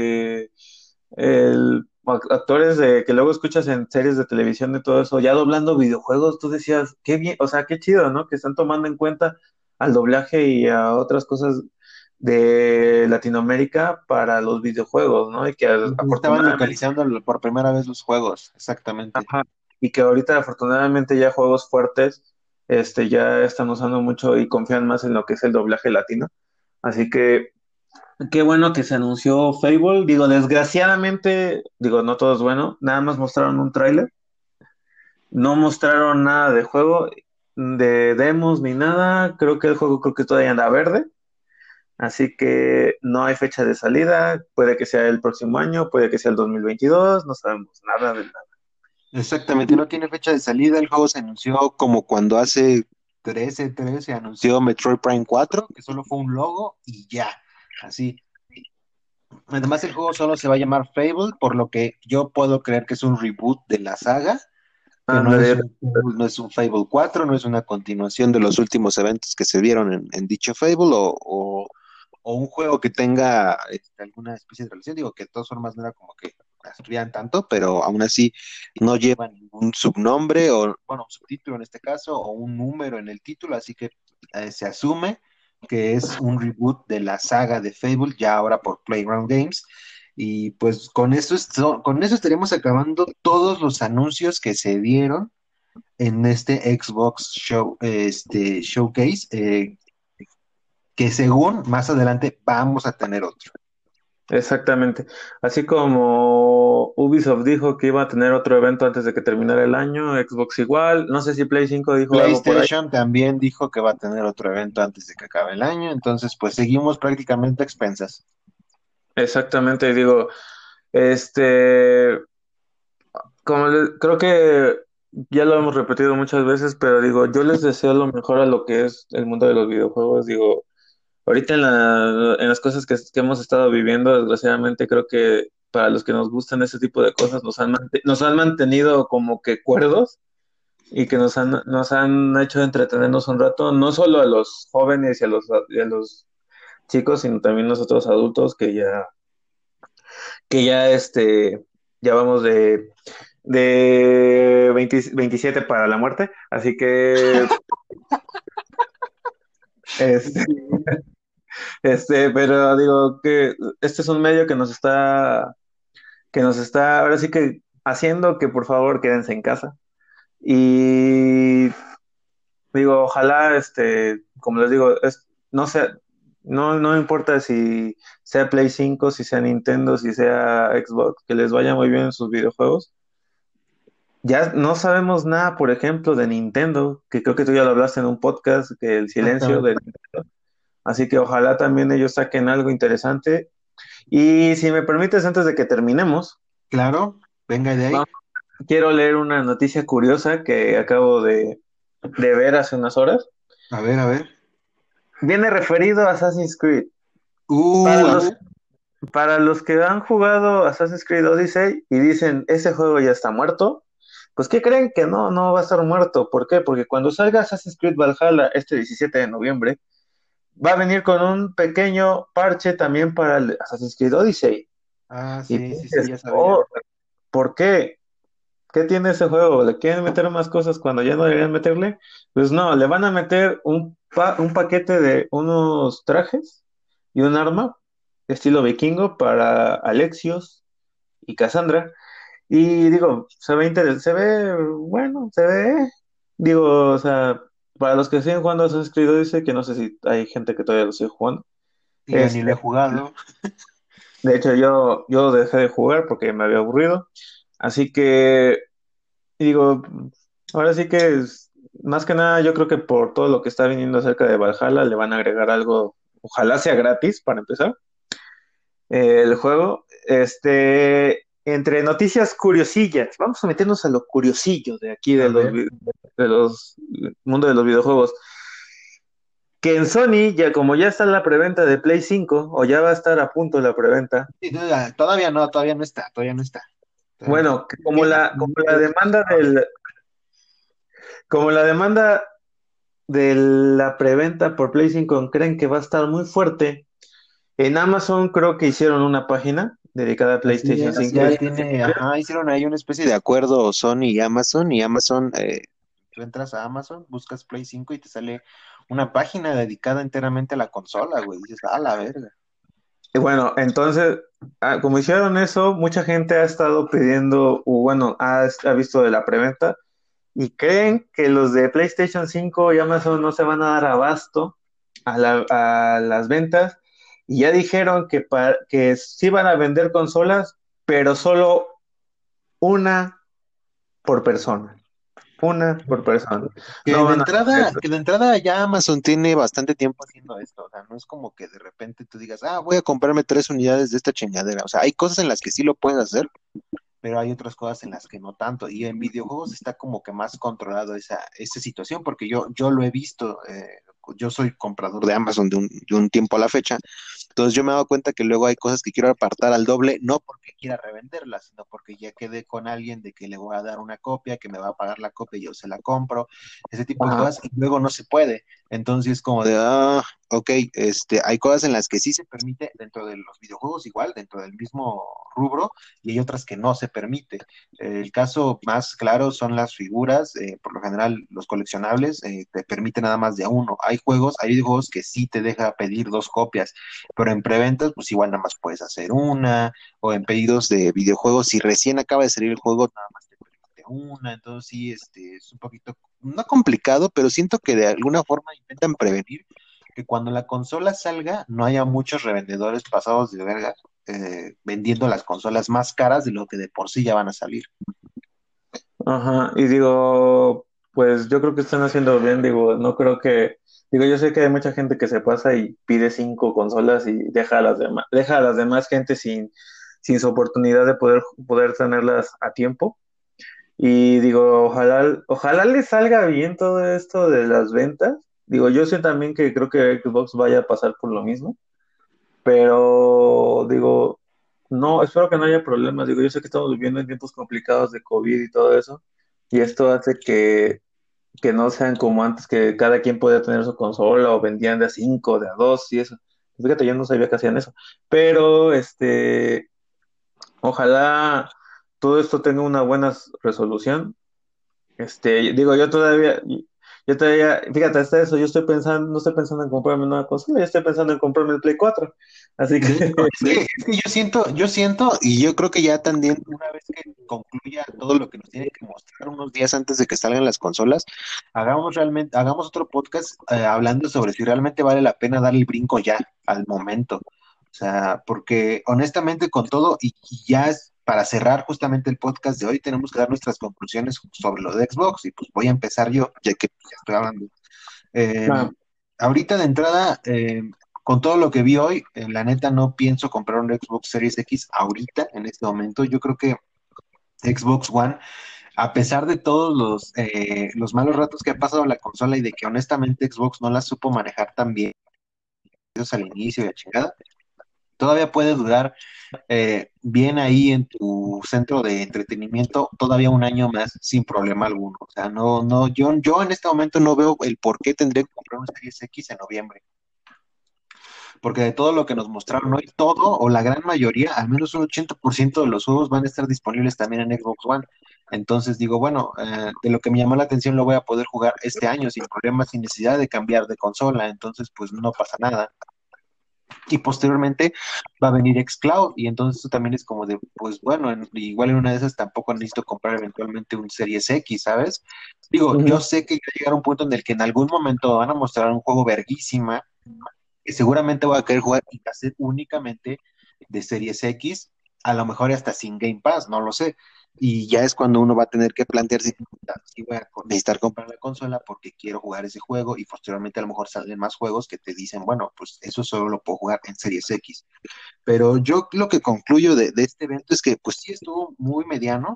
S2: actores que luego escuchas en series de televisión y todo eso, ya doblando videojuegos, tú decías, qué bien, o sea, qué chido, ¿no? Que están tomando en cuenta al doblaje y a otras cosas de Latinoamérica para los videojuegos, ¿no? Y que
S1: Estaban
S2: afortunadamente,
S1: localizando por primera vez los juegos, exactamente.
S2: ajá, y que ahorita afortunadamente ya juegos fuertes, ya están usando mucho y confían más en lo que es el doblaje latino. Así que qué bueno que se anunció Fable. Digo, desgraciadamente, digo, no todo es bueno. Nada más mostraron un tráiler. No mostraron nada de juego, de demos ni nada. Creo que todavía anda verde. Así que no hay fecha de salida. Puede que sea el próximo año, puede que sea el 2022. No sabemos nada de nada.
S1: Exactamente, no tiene fecha de salida, el juego se anunció como cuando hace 13 se anunció Metroid Prime 4, que solo fue un logo y ya, así. Además, el juego solo se va a llamar Fable, por lo que yo puedo creer que es un reboot de la saga, que
S2: Ándale,
S1: no es un Fable 4, no es una continuación de los últimos eventos que se vieron en dicho Fable o un juego que tenga alguna especie de relación. Digo que de todas formas no era como que estudian tanto, pero aún así no lleva ningún subnombre o, bueno, un subtítulo en este caso, o un número en el título, así que se asume que es un reboot de la saga de Fable, ya ahora por Playground Games. Y pues con eso estaríamos acabando todos los anuncios que se dieron en este Xbox Showcase, que según más adelante vamos a tener otro.
S2: Exactamente. Así como Ubisoft dijo que iba a tener otro evento antes de que terminara el año, Xbox igual, no sé si Play 5 dijo algo por ahí.
S1: PlayStation también dijo que va a tener otro evento antes de que acabe el año, entonces pues seguimos prácticamente a expensas.
S2: Exactamente, digo, este, creo que ya lo hemos repetido muchas veces, pero digo, yo les deseo lo mejor a lo que es el mundo de los videojuegos. Digo, ahorita en las cosas que hemos estado viviendo, desgraciadamente creo que para los que nos gustan ese tipo de cosas nos han mantenido como que cuerdos y que nos han hecho entretenernos un rato, no solo a los jóvenes y a los chicos, sino también nosotros adultos que ya ya vamos de 27 para la muerte, así que este, pero digo que este es un medio que nos está ahora sí que haciendo que por favor quédense en casa. Y digo, ojalá, como les digo, no sé, no importa si sea Play 5 si sea Nintendo, si sea Xbox, que les vaya muy bien en sus videojuegos. Ya no sabemos nada, por ejemplo, de Nintendo, que creo que tú ya lo hablaste en un podcast, que el silencio de
S1: Exactamente.
S2: Nintendo. Así que ojalá también ellos saquen algo interesante. Y si me permites, antes de que terminemos,
S1: Claro, venga de ahí.
S2: vamos- quiero leer una noticia curiosa que acabo de ver hace unas horas.
S1: A ver, a ver.
S2: Viene referido a Assassin's Creed. Para
S1: A
S2: los,
S1: ver.
S2: para los que han jugado Assassin's Creed Odyssey y dicen, ese juego ya está muerto, pues ¿qué creen? Que no va a estar muerto. ¿Por qué? Porque cuando salga Assassin's Creed Valhalla este 17 de noviembre, va a venir con un pequeño parche también para el Assassin's Creed Odyssey.
S1: Ah,
S2: Y
S1: sí,
S2: tú
S1: sí, sí,
S2: dices,
S1: ya sabía.
S2: oh, ¿por qué? ¿Qué tiene ese juego? ¿Le quieren meter más cosas cuando ya no deberían meterle? Pues no, le van a meter un paquete de unos trajes y un arma estilo vikingo para Alexios y Cassandra. Y digo, se ve, bueno, se ve, digo, o sea, para los que siguen jugando Assassin's Creed dice que no sé si hay gente que todavía lo sigue jugando.
S1: Y yo ni lo he
S2: Este,
S1: jugado.
S2: de hecho, yo dejé de jugar porque me había aburrido. Así que y digo, ahora sí que más que nada yo creo que por todo lo que está viniendo acerca de Valhalla le van a agregar algo, ojalá sea gratis para empezar el juego. Entre noticias curiosillas, vamos a meternos a lo curiosillo de aquí
S1: A ver.
S2: de los mundo de los videojuegos. Que en Sony, ya como ya está la preventa de Play 5 o ya va a estar a punto la preventa,
S1: Sí, todavía no está, todavía no está. Todavía no está.
S2: bueno, que como la demanda como la demanda de la preventa por Play 5 creen que va a estar muy fuerte. En Amazon creo que hicieron una página dedicada a
S1: Así
S2: PlayStation
S1: es,
S2: 5.
S1: ya tiene, ajá, hicieron ahí una especie de acuerdo Sony y Amazon, tú entras a Amazon, buscas Play 5 y te sale una página dedicada enteramente a la consola, güey, dices, a la verga.
S2: Y bueno, entonces, como hicieron eso, mucha gente ha estado pidiendo, o bueno, ha visto de la preventa y creen que los de PlayStation 5 y Amazon no se van a dar abasto a las ventas y ya dijeron que sí van a vender consolas, pero solo una por persona. Una por persona. No van a hacer.
S1: Que de entrada ya Amazon tiene bastante tiempo haciendo esto, o sea, no es como que de repente tú digas, ah, voy a comprarme 3 unidades de esta chingadera, o sea, hay cosas en las que sí lo puedes hacer, pero hay otras cosas en las que no tanto. Y en videojuegos está como que más controlado esa situación, porque yo lo he visto, yo soy comprador de Amazon de un tiempo a la fecha, entonces yo me he dado cuenta que luego hay cosas que quiero apartar al doble, no porque quiera revenderlas, sino porque ya quedé con alguien de que le voy a dar una copia, que me va a pagar la copia y yo se la compro, ese tipo de
S2: Ajá.
S1: cosas, y luego no se puede. Entonces como de, ok, hay cosas en las que sí se permite dentro de los videojuegos igual, dentro del mismo rubro, y hay otras que no se permite. El caso más claro son las figuras, por lo general los coleccionables te permiten nada más de a uno. Hay videojuegos que sí te deja pedir 2 copias, pero en preventas pues igual nada más puedes hacer una, o en pedidos de videojuegos, si recién acaba de salir el juego, nada más te permite una. Entonces sí, es un poquito, no complicado, pero siento que de alguna forma intentan prevenir que cuando la consola salga no haya muchos revendedores pasados de verga. vendiendo las consolas más caras de lo que de por sí ya van a salir.
S2: Ajá, y digo, pues yo creo que están haciendo bien, digo, no creo que, digo, yo sé que hay mucha gente que se pasa y pide 5 consolas y deja a las demás gente sin su oportunidad de poder tenerlas a tiempo. Y digo, ojalá le salga bien todo esto de las ventas. Digo, yo sé también que creo que Xbox vaya a pasar por lo mismo, pero digo, no, espero que no haya problemas. Digo, yo sé que estamos viviendo en tiempos complicados de COVID y todo eso, y esto hace que no sean como antes, que cada quien podía tener su consola o vendían de a 5, de a 2 y eso. Fíjate, yo no sabía que hacían eso. Pero, ojalá todo esto tenga una buena resolución. Digo, fíjate, hasta eso, yo estoy pensando, no estoy pensando en comprarme una consola, yo estoy pensando en comprarme el Play 4. Así que,
S1: De hecho, es que yo siento, y yo creo que ya también, una vez que concluya todo lo que nos tiene que mostrar unos días antes de que salgan las consolas, hagamos otro podcast hablando sobre si realmente vale la pena dar el brinco ya, al momento. O sea, porque honestamente con todo, y ya es para cerrar justamente el podcast de hoy, tenemos que dar nuestras conclusiones sobre lo de Xbox, y pues voy a empezar yo, ya que ya estoy hablando. Eh,
S2: ah,
S1: Ahorita de entrada, con todo lo que vi hoy, la neta no pienso comprar un Xbox Series X ahorita, en este momento. Yo creo que Xbox One, a pesar de todos los malos ratos que ha pasado la consola y de que honestamente Xbox no la supo manejar tan bien al inicio y la chingada, todavía puede durar bien ahí en tu centro de entretenimiento todavía un año más sin problema alguno. O sea, yo en este momento no veo el por qué tendré que comprar un Series X en noviembre, porque de todo lo que nos mostraron hoy, todo o la gran mayoría, al menos un 80% de los juegos van a estar disponibles también en Xbox One. Entonces digo, bueno, de lo que me llamó la atención lo voy a poder jugar este año sin problemas, sin necesidad de cambiar de consola, entonces pues no pasa nada. Y posteriormente va a venir xCloud y entonces eso también es como de, pues bueno, igual en una de esas tampoco necesito comprar eventualmente un Series X, ¿sabes? Digo, yo
S2: ujú.
S1: sé que ya llegará un punto en el que en algún momento van a mostrar un juego verguísima que seguramente voy a querer jugar y va a ser únicamente de Series X, a lo mejor hasta sin Game Pass, no lo sé. Y ya es cuando uno va a tener que plantearse si voy a necesitar comprar la consola porque quiero jugar ese juego y posteriormente a lo mejor salen más juegos que te dicen, bueno, pues eso solo lo puedo jugar en Series X. Pero yo lo que concluyo de este evento es que pues sí estuvo muy mediano.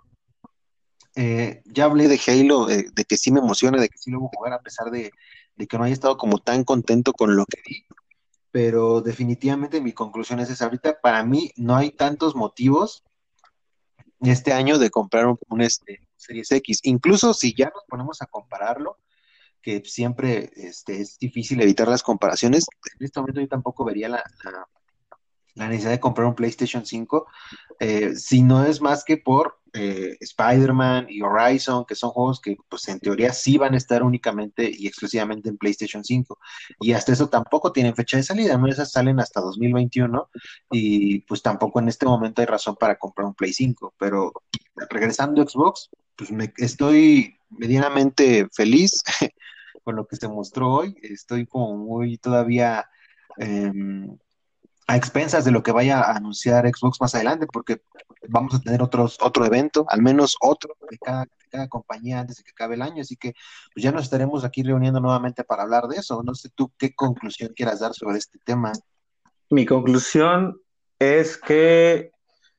S1: Ya hablé de Halo, de que sí me emociona, de que sí lo voy a jugar a pesar de que no haya estado como tan contento con lo que vi, pero definitivamente mi conclusión es esa. Ahorita para mí no hay tantos motivos este año de comprar un Series X. Incluso si ya nos ponemos a compararlo, que siempre es difícil evitar las comparaciones, en este momento yo tampoco vería la necesidad de comprar un PlayStation 5, si no es más que por Spider-Man y Horizon, que son juegos que pues en teoría sí van a estar únicamente y exclusivamente en PlayStation 5. Y hasta eso tampoco tienen fecha de salida, ¿no? Esas salen hasta 2021 y pues tampoco en este momento hay razón para comprar un Play 5. Pero regresando a Xbox, pues estoy medianamente feliz con lo que se mostró hoy. Estoy como muy todavía... em, a expensas de lo que vaya a anunciar Xbox más adelante, porque vamos a tener otro evento, al menos otro de cada compañía antes de que acabe el año, así que pues ya nos estaremos aquí reuniendo nuevamente para hablar de eso. No sé tú qué conclusión quieras dar sobre este tema.
S2: Mi conclusión es que,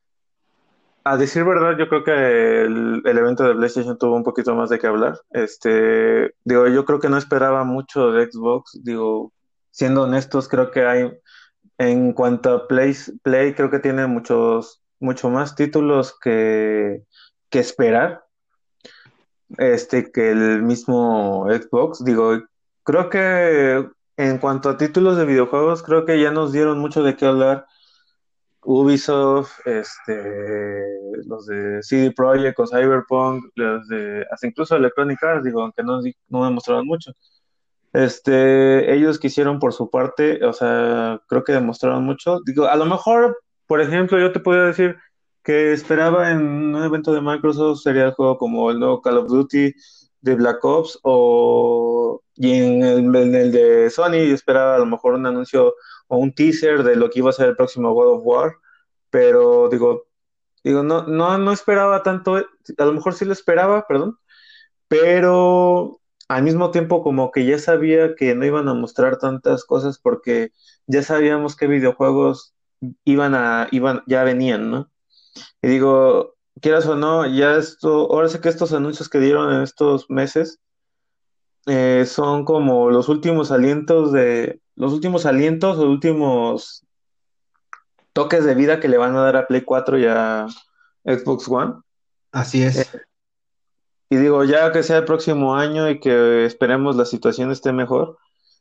S2: a decir verdad, yo creo que el evento de PlayStation tuvo un poquito más de qué hablar. Digo, yo creo que no esperaba mucho de Xbox. Digo, siendo honestos, creo que en cuanto a Play, creo que tiene mucho más títulos que esperar, que el mismo Xbox. Digo, creo que en cuanto a títulos de videojuegos, creo que ya nos dieron mucho de qué hablar. Ubisoft, los de CD Projekt o Cyberpunk, hasta incluso Electronic Arts, digo, aunque no me mostraron mucho. Ellos quisieron por su parte, o sea, creo que demostraron mucho. Digo, a lo mejor, por ejemplo, yo te podría decir que esperaba en un evento de Microsoft sería el juego como el nuevo Call of Duty de Black Ops y en el de Sony esperaba a lo mejor un anuncio o un teaser de lo que iba a ser el próximo God of War. pero digo, no esperaba tanto, a lo mejor sí lo esperaba, perdón, pero al mismo tiempo como que ya sabía que no iban a mostrar tantas cosas porque ya sabíamos qué videojuegos ya venían, ¿no? Y digo, quieras o no, ya esto, ahora sé que estos anuncios que dieron en estos meses son como los últimos toques de vida que le van a dar a Play 4 y a Xbox One.
S1: Así
S2: Eh,
S1: es.
S2: y digo, ya que sea el próximo año y que esperemos la situación esté mejor,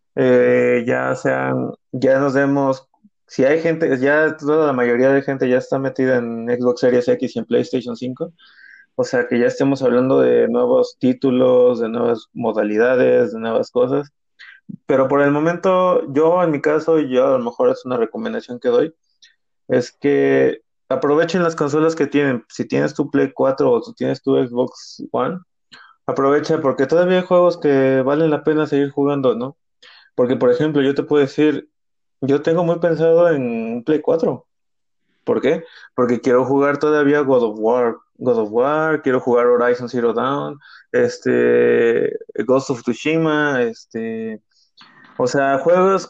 S2: ya nos demos, si hay gente, ya toda la mayoría de gente ya está metida en Xbox Series X y en PlayStation 5, o sea que ya estemos hablando de nuevos títulos, de nuevas modalidades, de nuevas cosas, pero por el momento, yo en mi caso, yo a lo mejor es una recomendación que doy, es que aprovechen las consolas que tienen, si tienes tu Play 4 o si tienes tu Xbox One, aprovecha porque todavía hay juegos que valen la pena seguir jugando, ¿no? Porque, por ejemplo, yo te puedo decir, yo tengo muy pensado en un Play 4. ¿Por qué? Porque quiero jugar todavía God of War, quiero jugar Horizon Zero Dawn, Ghost of Tsushima, o sea, juegos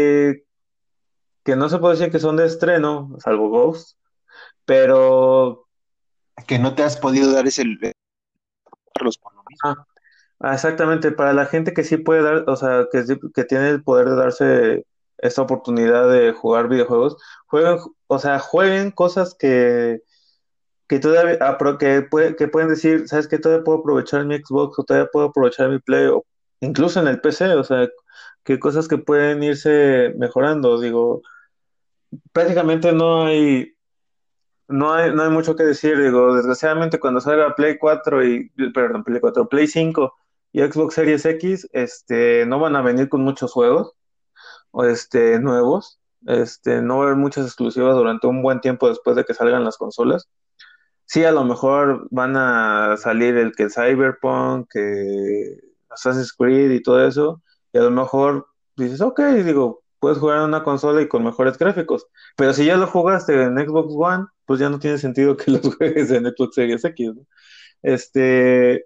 S2: que no se puede decir que son de estreno, salvo Ghost, pero
S1: Que no te has podido dar ese los por lo mismo.
S2: ah, exactamente, para la gente que sí puede dar, o sea, que tiene el poder de darse esta oportunidad de jugar videojuegos, jueguen, o sea, jueguen cosas que todavía, que pueden decir, ¿sabes qué? Todavía puedo aprovechar mi Xbox o todavía puedo aprovechar mi Play o incluso en el PC, o sea, que cosas que pueden irse mejorando, digo, prácticamente no hay mucho que decir, digo, desgraciadamente cuando salga Play 4 perdón, Play 4, Play 5 y Xbox Series X, no van a venir con muchos juegos, nuevos, no va a haber muchas exclusivas durante un buen tiempo después de que salgan las consolas. Sí, a lo mejor van a salir el Cyberpunk, que Assassin's Creed y todo eso, y a lo mejor dices, ok, digo, puedes jugar en una consola y con mejores gráficos, pero si ya lo jugaste en Xbox One, pues ya no tiene sentido que los juegues en Xbox Series X, ¿no? Este,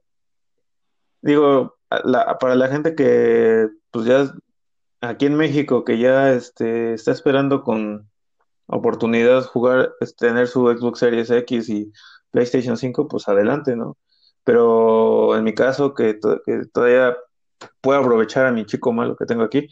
S2: digo, para la gente que, pues ya aquí en México, que ya está esperando con oportunidad jugar, tener su Xbox Series X y PlayStation 5, pues adelante, ¿no? Pero en mi caso, que todavía puedo aprovechar a mi chico malo que tengo aquí,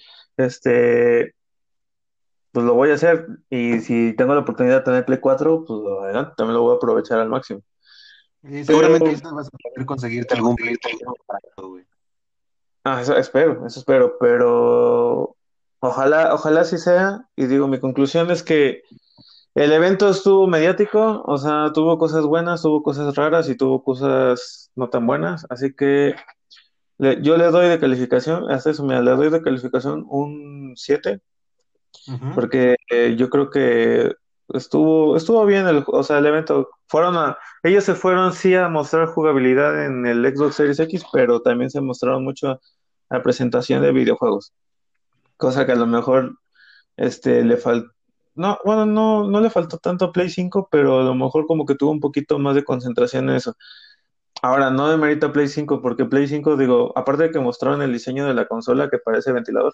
S2: pues lo voy a hacer. Y si tengo la oportunidad de tener Play 4, pues adelante, también lo voy a aprovechar al máximo.
S1: Y
S2: Pero,
S1: seguramente ahorita vas a poder conseguirte algún Play 4 barato, güey.
S2: eso espero, pero ojalá sí sea. Y digo, mi conclusión es que el evento estuvo mediático, o sea, tuvo cosas buenas, tuvo cosas raras y tuvo cosas no tan buenas, así que yo le doy de calificación, hasta eso, mira, le doy de calificación un 7
S1: Ujú.
S2: porque yo creo que estuvo bien o sea, el evento. Ellos se fueron sí a mostrar jugabilidad en el Xbox Series X, pero también se mostraron mucho a presentación de videojuegos, cosa que a lo mejor le faltó. No, bueno, no le faltó tanto a Play 5, pero a lo mejor como que tuvo un poquito más de concentración en eso. Ahora, no demerita Play 5, porque Play 5, digo, aparte de que mostraron el diseño de la consola que parece ventilador,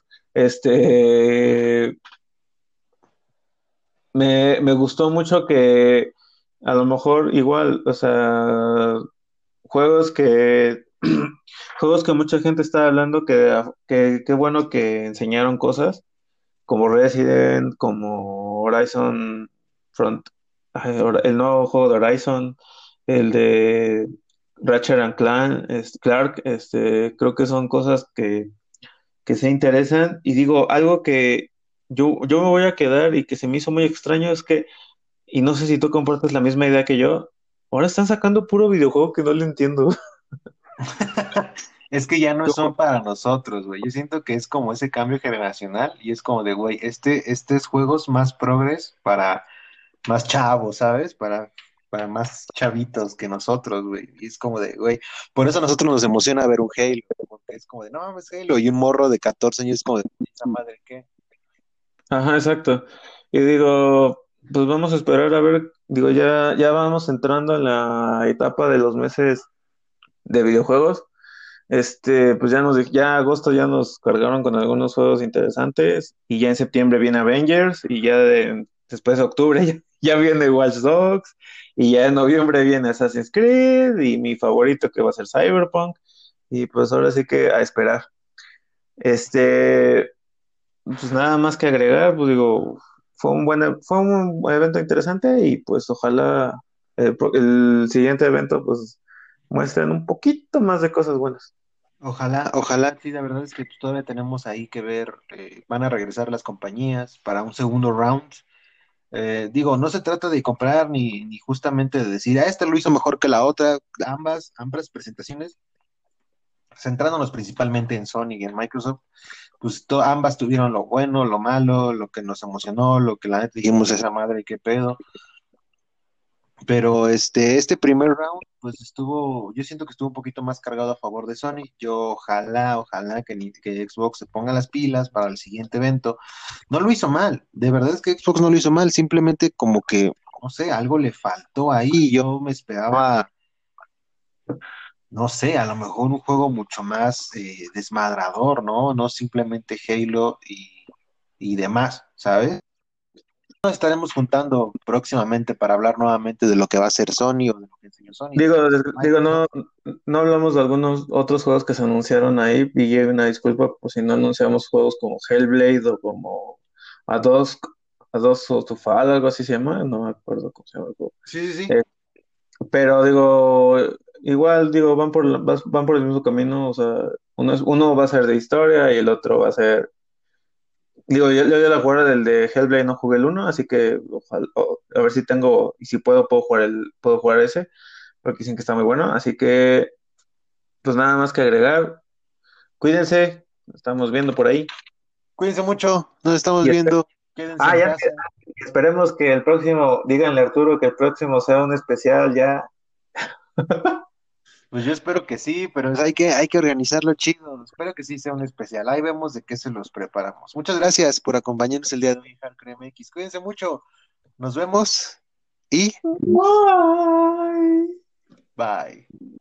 S2: me gustó mucho que a lo mejor igual, o sea, juegos que juegos que mucha gente está hablando que qué bueno que enseñaron cosas como Resident, como Horizon Front, el nuevo juego de Horizon, el de Ratchet and Clank, Clark, creo que son cosas que se interesan. Y digo, algo que yo me voy a quedar y que se me hizo muy extraño es que, y no sé si tú compartes la misma idea que yo, ahora están sacando puro videojuego que no le entiendo.
S1: Es que ya no son para nosotros, güey. Yo siento que es como ese cambio generacional y es como de, güey, este es juegos más progres para más chavos, ¿sabes? Para más chavitos que nosotros, güey. Y es como de, güey, por eso a nosotros nos emociona ver un Halo, porque es como de, no, es Halo, y un morro de 14 años es como de, esa madre, ¿qué?
S2: Ajá, exacto. Y digo. Pues vamos a esperar a ver, digo, ya vamos entrando en la etapa de los meses de videojuegos. Pues ya agosto ya nos cargaron con algunos juegos interesantes y ya en septiembre viene Avengers y después de octubre ya viene Watch Dogs y ya en noviembre viene Assassin's Creed y mi favorito que va a ser Cyberpunk y pues ahora sí que a esperar. Este, pues nada más que agregar, pues digo, fue un evento interesante y pues ojalá el siguiente evento pues muestren un poquito más de cosas buenas.
S1: Ojalá, ojalá, sí, la verdad es que pues, todavía tenemos ahí que ver, van a regresar las compañías para un segundo round. Digo, no se trata de comprar ni justamente de decir, este lo hizo mejor que la otra, ambas presentaciones, centrándonos principalmente en Sony y en Microsoft, pues ambas tuvieron lo bueno, lo malo, lo que nos emocionó, lo que la neta dijimos esa madre, qué pedo. Pero este primer round, pues yo siento que estuvo un poquito más cargado a favor de Sony. Yo ojalá que Xbox se ponga las pilas para el siguiente evento. No lo hizo mal, de verdad es que Xbox no lo hizo mal, simplemente como que, no sé, algo le faltó ahí. Yo me esperaba, no sé, a lo mejor un juego mucho más desmadrador, ¿no? No simplemente Halo y demás, ¿sabes? Nos estaremos juntando próximamente para hablar nuevamente de lo que va a ser Sony o de lo que enseñó Sony, de
S2: Digo,
S1: lo que enseñó
S2: digo,
S1: Microsoft.
S2: no hablamos de algunos otros juegos que se anunciaron ahí y una disculpa pues si no anunciamos juegos como Hellblade o como A2, A2 o Tufal, algo así se llama, no me acuerdo cómo se llama el juego.
S1: Sí, sí, sí.
S2: Eh, pero digo, igual digo, van por el mismo camino, o sea, uno va a ser de historia y el otro va a ser, digo, yo de la jugar del de Hellblade no jugué el uno, así que ojalá, a ver si tengo, y si puedo jugar ese, porque dicen que está muy bueno, así que pues nada más que agregar. Cuídense, nos estamos viendo por ahí.
S1: Cuídense mucho, nos estamos
S2: Y
S1: viendo. Quédense
S2: ah,
S1: en
S2: ya,
S1: casa.
S2: esperemos que el próximo, díganle a Arturo que el próximo sea un especial ya.
S1: Pues yo espero que sí, pero hay que organizarlo chido. Espero que sí sea un especial. Ahí vemos de qué se los preparamos. Muchas gracias por acompañarnos el día de hoy en Hardcore MX. Cuídense mucho. Nos vemos y
S2: Bye.
S1: bye.